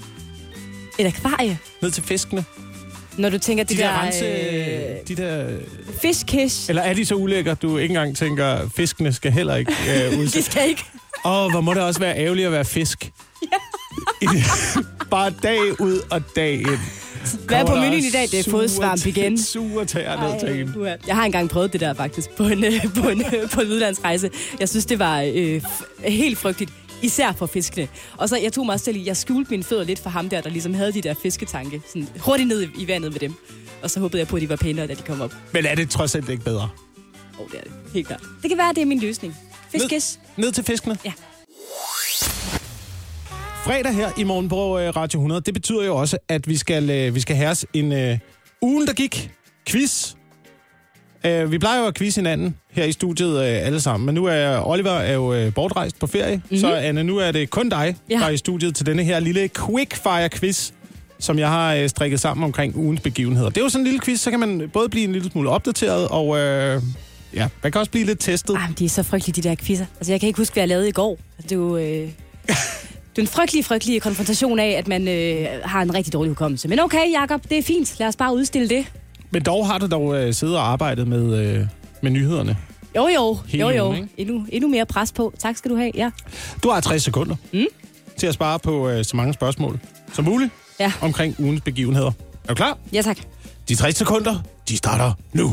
Et akvarie? Ned til fiskene. Når du tænker, de, de der... der, rense, øh, de der... Fiskkish. Eller er de så ulækre, du ikke engang tænker, fiskene skal heller ikke øh, udsætte? De skal ikke. Åh, oh, hvor må det også være ærgerligt at være fisk. Ja. Bare dag ud og dag ind. Hvad er på menuen i dag? Det er fodsvamp igen. Sure tæer ned til en. Jeg har engang prøvet det der faktisk på en, på en, på en udlandsrejse. Jeg synes, det var øh, helt frygteligt. Især for fiskene. Og så jeg tog mig også til, jeg skjulte mine fødder lidt for ham der, der ligesom havde de der fisketanke. Sådan hurtigt ned i vandet med dem. Og så håbede jeg på, at de var pænere, da de kom op. Men er det trods alt ikke bedre? Åh, oh, det er det. Helt klart. Det kan være, at det er min løsning. Fiskes. Ned, ned til fiskene? Ja. Fredag her i morgen på Radio hundrede, det betyder jo også, at vi skal, vi skal have os en uh, ugen, der gik. Quiz. Uh, vi plejer jo at quiz hinanden her i studiet uh, alle sammen, men nu er Oliver er jo uh, bortrejst på ferie, mm-hmm. så Anne, nu er det kun dig, ja. der er i studiet til denne her lille quickfire-quiz, som jeg har uh, strikket sammen omkring ugens begivenheder. Det er jo sådan en lille quiz, så kan man både blive en lille smule opdateret, og uh, ja, man kan også blive lidt testet. Ah, de er så frygtelige, de der quizzer. Altså, jeg kan ikke huske, hvad jeg lavede i går. Det er jo... Øh... Det er en frygtelig, frygtelig konfrontation af, at man øh, har en rigtig dårlig hukommelse. Men okay, Jacob, det er fint. Lad os bare udstille det. Men dog har du dog øh, siddet og arbejdet med, øh, med nyhederne. Jo, jo. Hele jo, jo. Ugen, endnu, endnu mere pres på. Tak skal du have, ja. Du har tres sekunder mm? til at spare på øh, så mange spørgsmål som muligt ja. omkring ugens begivenheder. Er du klar? Ja, tak. De tres sekunder, de starter nu.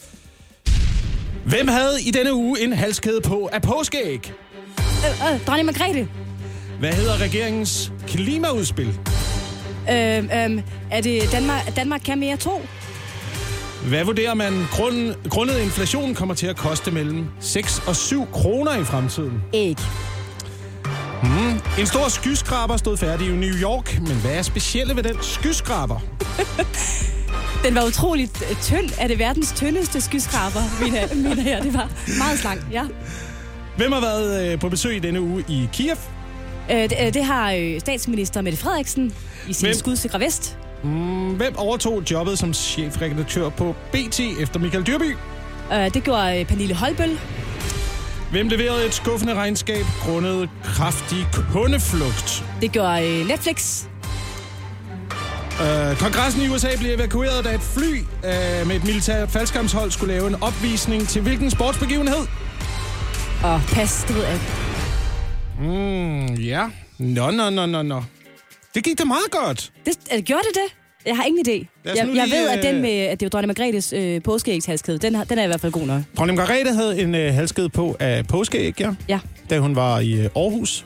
Hvem havde i denne uge en halskæde på af påskeæg? Øh, øh, Dronning Margrethe. Hvad hedder regeringens klimaudspil? Øh, øh, er det Danmark, Danmark kan mere to? Hvad vurderer man, grund, grundet inflationen kommer til at koste mellem seks og syv kroner i fremtiden? Æg. Hmm. En stor skyskraber stod færdig i New York, men hvad er specielle ved den skyskraber? Den var utroligt tynd. Er det verdens tyndeste skyskraber, mener, mener jeg. Det var meget slank, ja. Hvem har været øh, på besøg i denne uge i Kiev? Øh, det, det har øh, statsminister Mette Frederiksen i sin Hvem? skudsikre vest. Mm, hvem overtog jobbet som chefredaktør på B T efter Michael Dyrby? Uh, det gjorde uh, Pernille Holbøl. Hvem leverede et skuffende regnskab grundet kraftig kundeflugt? Det gjorde uh, Netflix. Uh, Kongressen i U S A blev evakueret, da et fly uh, med et militært faldskærmshold skulle lave en opvisning til hvilken sportsbegivenhed? Åh, oh, pas, det ved jeg ikke. Mm, ja. Nå, nå, nå, nå, nå. Det gik da meget godt. Det, uh, gjorde det det? Jeg har ingen idé. Jeg, jeg lige, ved, at den med, at det var dronning Margrethes øh, påskeægshalskæde, den, den er i hvert fald god nok. Dronning Margrethe havde en øh, halskæde på af påskeæg, ja. Ja. Da hun var i øh, Aarhus.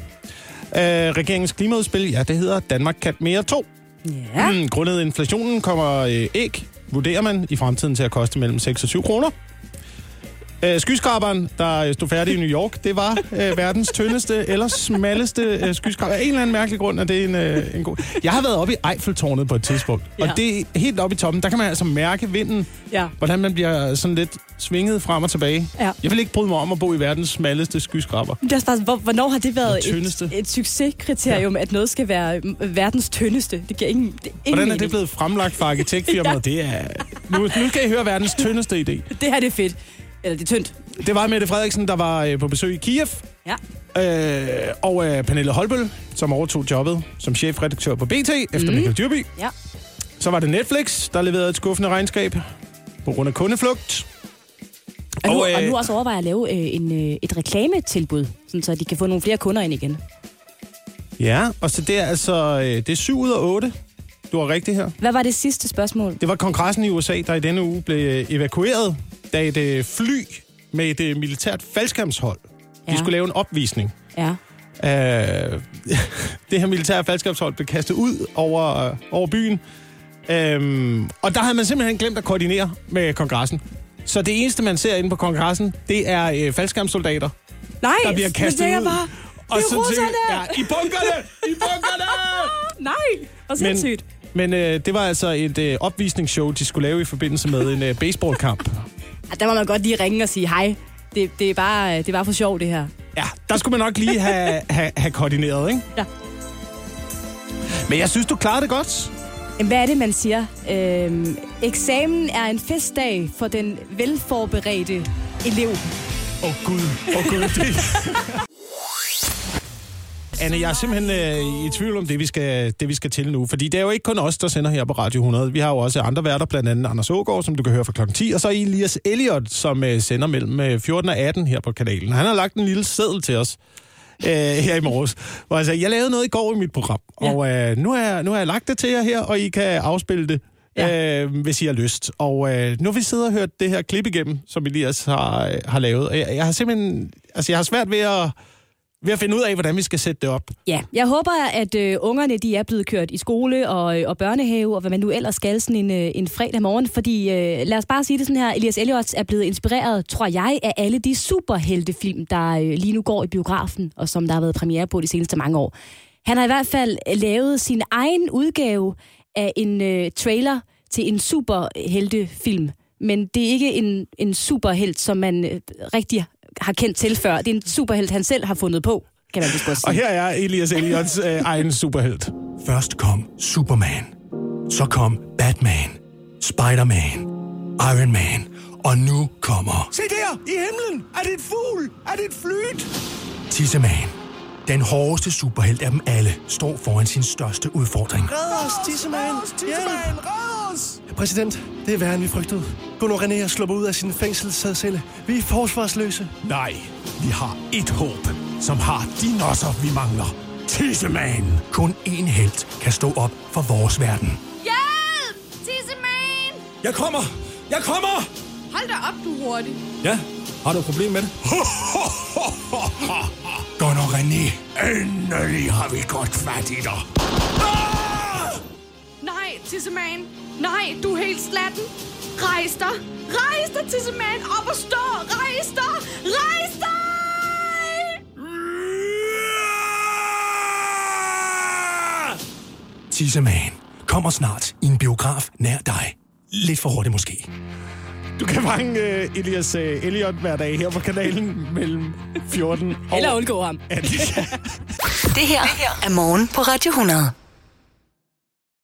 Øh, regeringens klimaudspil, ja, det hedder Danmark kan mere to. Ja. Mm, grundet inflationen kommer øh, æg, vurderer man, i fremtiden til at koste mellem seks og syv kroner. Øh, skyskraberen, der stod færdig i New York, det var øh, verdens tyndeste eller smalleste øh, skyskraber. Af en eller anden mærkelig grund er det en, øh, en god... Jeg har været oppe i Eiffeltårnet på et tidspunkt, ja. Og det er helt oppe i toppen. Der kan man altså mærke vinden, ja. Hvordan man bliver sådan lidt svinget frem og tilbage. Ja. Jeg vil ikke bryde mig om at bo i verdens smalleste skyskraber. Det er faktisk, hvor, hvornår har det været et, et succeskriterium, ja. At noget skal være verdens tyndeste? Det giver ingen, det ingen Hvordan er mening. det blevet fremlagt fra arkitektfirmaet? Ja. Det er... Nu, nu kan I høre verdens tyndeste idé. Det her det er fedt. Eller det er tyndt. Det var Mette Frederiksen, der var øh, på besøg i Kiev. Ja. Øh, og øh, Pernille Holbøl, som overtog jobbet som chefredaktør på B T efter mm. Michael Dyrby. Ja. Så var det Netflix, der leverede et skuffende regnskab på grund af kundeflugt. Og, og, nu, øh, og nu også overvejer at lave øh, en, øh, et reklametilbud, sådan så de kan få nogle flere kunder ind igen. Ja, og så det er altså øh, det er syv ud af otte. Du har rigtigt her. Hvad var det sidste spørgsmål? Det var kongressen i U S A, der i denne uge blev evakueret, da et øh, fly med et øh, militært faldskærmshold, ja. De skulle lave en opvisning. Ja. Øh, det her militære faldskærmshold blev kastet ud over, øh, over byen. Øh, og der havde man simpelthen glemt at koordinere med kongressen. Så det eneste, man ser inde på kongressen, det er øh, faldskærmssoldater, Nej, der bliver kastet ud. Bare, og så tænker ja, i bunkerne! I bunkerne! Nej, hvor sindssygt. Men, men øh, det var altså et øh, opvisningsshow, de skulle lave i forbindelse med en øh, baseballkamp. Ja, der må man godt lige ringe og sige hej. Det, det, er bare, det er bare for sjov, det her. Ja, der skulle man nok lige have, have, have koordineret, ikke? Ja. Men jeg synes, du klarede det godt. Hvad er det, man siger? Øhm, eksamen er en festdag for den velforberedte elev. Åh oh, gud, åh oh, gud. Anne, jeg er simpelthen øh, i tvivl om det vi, skal, det, vi skal til nu. Fordi det er jo ikke kun os, der sender her på Radio hundrede. Vi har jo også andre værter, blandt andet Anders Aagaard, som du kan høre fra klokken ti. Og så Elias Elliot, som øh, sender mellem øh, fjorten og atten her på kanalen. Han har lagt en lille seddel til os øh, her i morges. Hvor altså, jeg lavede noget i går i mit program. Ja. Og øh, nu, er, nu har jeg lagt det til jer her, og I kan afspille det, ja. øh, hvis I har lyst. Og øh, nu har vi siddet og hørt det her klip igennem, som Elias har, øh, har lavet. Og jeg, jeg har simpelthen... Altså, jeg har svært ved at... ved at finde ud af, hvordan vi skal sætte det op. Ja, jeg håber, at øh, ungerne de er blevet kørt i skole og, og børnehave, og hvad man nu ellers skal sådan en, øh, en fredag morgen. Fordi, øh, lad os bare sige det sådan her, Elias Elliot er blevet inspireret, tror jeg, af alle de superheltefilm, der øh, lige nu går i biografen, og som der har været premiere på de seneste mange år. Han har i hvert fald lavet sin egen udgave af en øh, trailer til en superheltefilm. Men det er ikke en, en superhelt, som man øh, rigtig har kendt til før. Det er en superhelt, han selv har fundet på, kan man vist godt sige. Og her er Elias Elliots øh, egen superhelt. Først kom Superman. Så kom Batman, Spider-Man, Iron Man. Og nu kommer... Se der! I himlen! Er det et fugl? Er det et flyt? Tisseman. Den hårdeste superhelt af dem alle står foran sin største udfordring. Red os, Tisseman! Tisseman, red os! Præsident, det er værre, end vi frygtede. Gunnar René er sluppet ud af sin fængselscelle. Vi er forsvarsløse. Nej, vi har et håb, som har de nosser, vi mangler. Tisseman! Kun én helt kan stå op for vores verden. Hjælp! Tisseman! Jeg kommer! Jeg kommer! Hold da op, du hurtigt. Ja, har du et problem med det? Gunnar René, endelig har vi godt fat i dig. Nej, Tisseman. Nej, du er helt slatten. Rejs dig. Rejs dig, Tisseman. Op og stå. Rejs dig. Rejs dig! Tisseman kommer snart i en biograf nær dig. Lidt for hurtigt måske. Du kan fange uh, Elias uh, Elliot hver dag her på kanalen mellem fjorten og... Eller undgå ham. Det her er Morgen på Radio hundrede.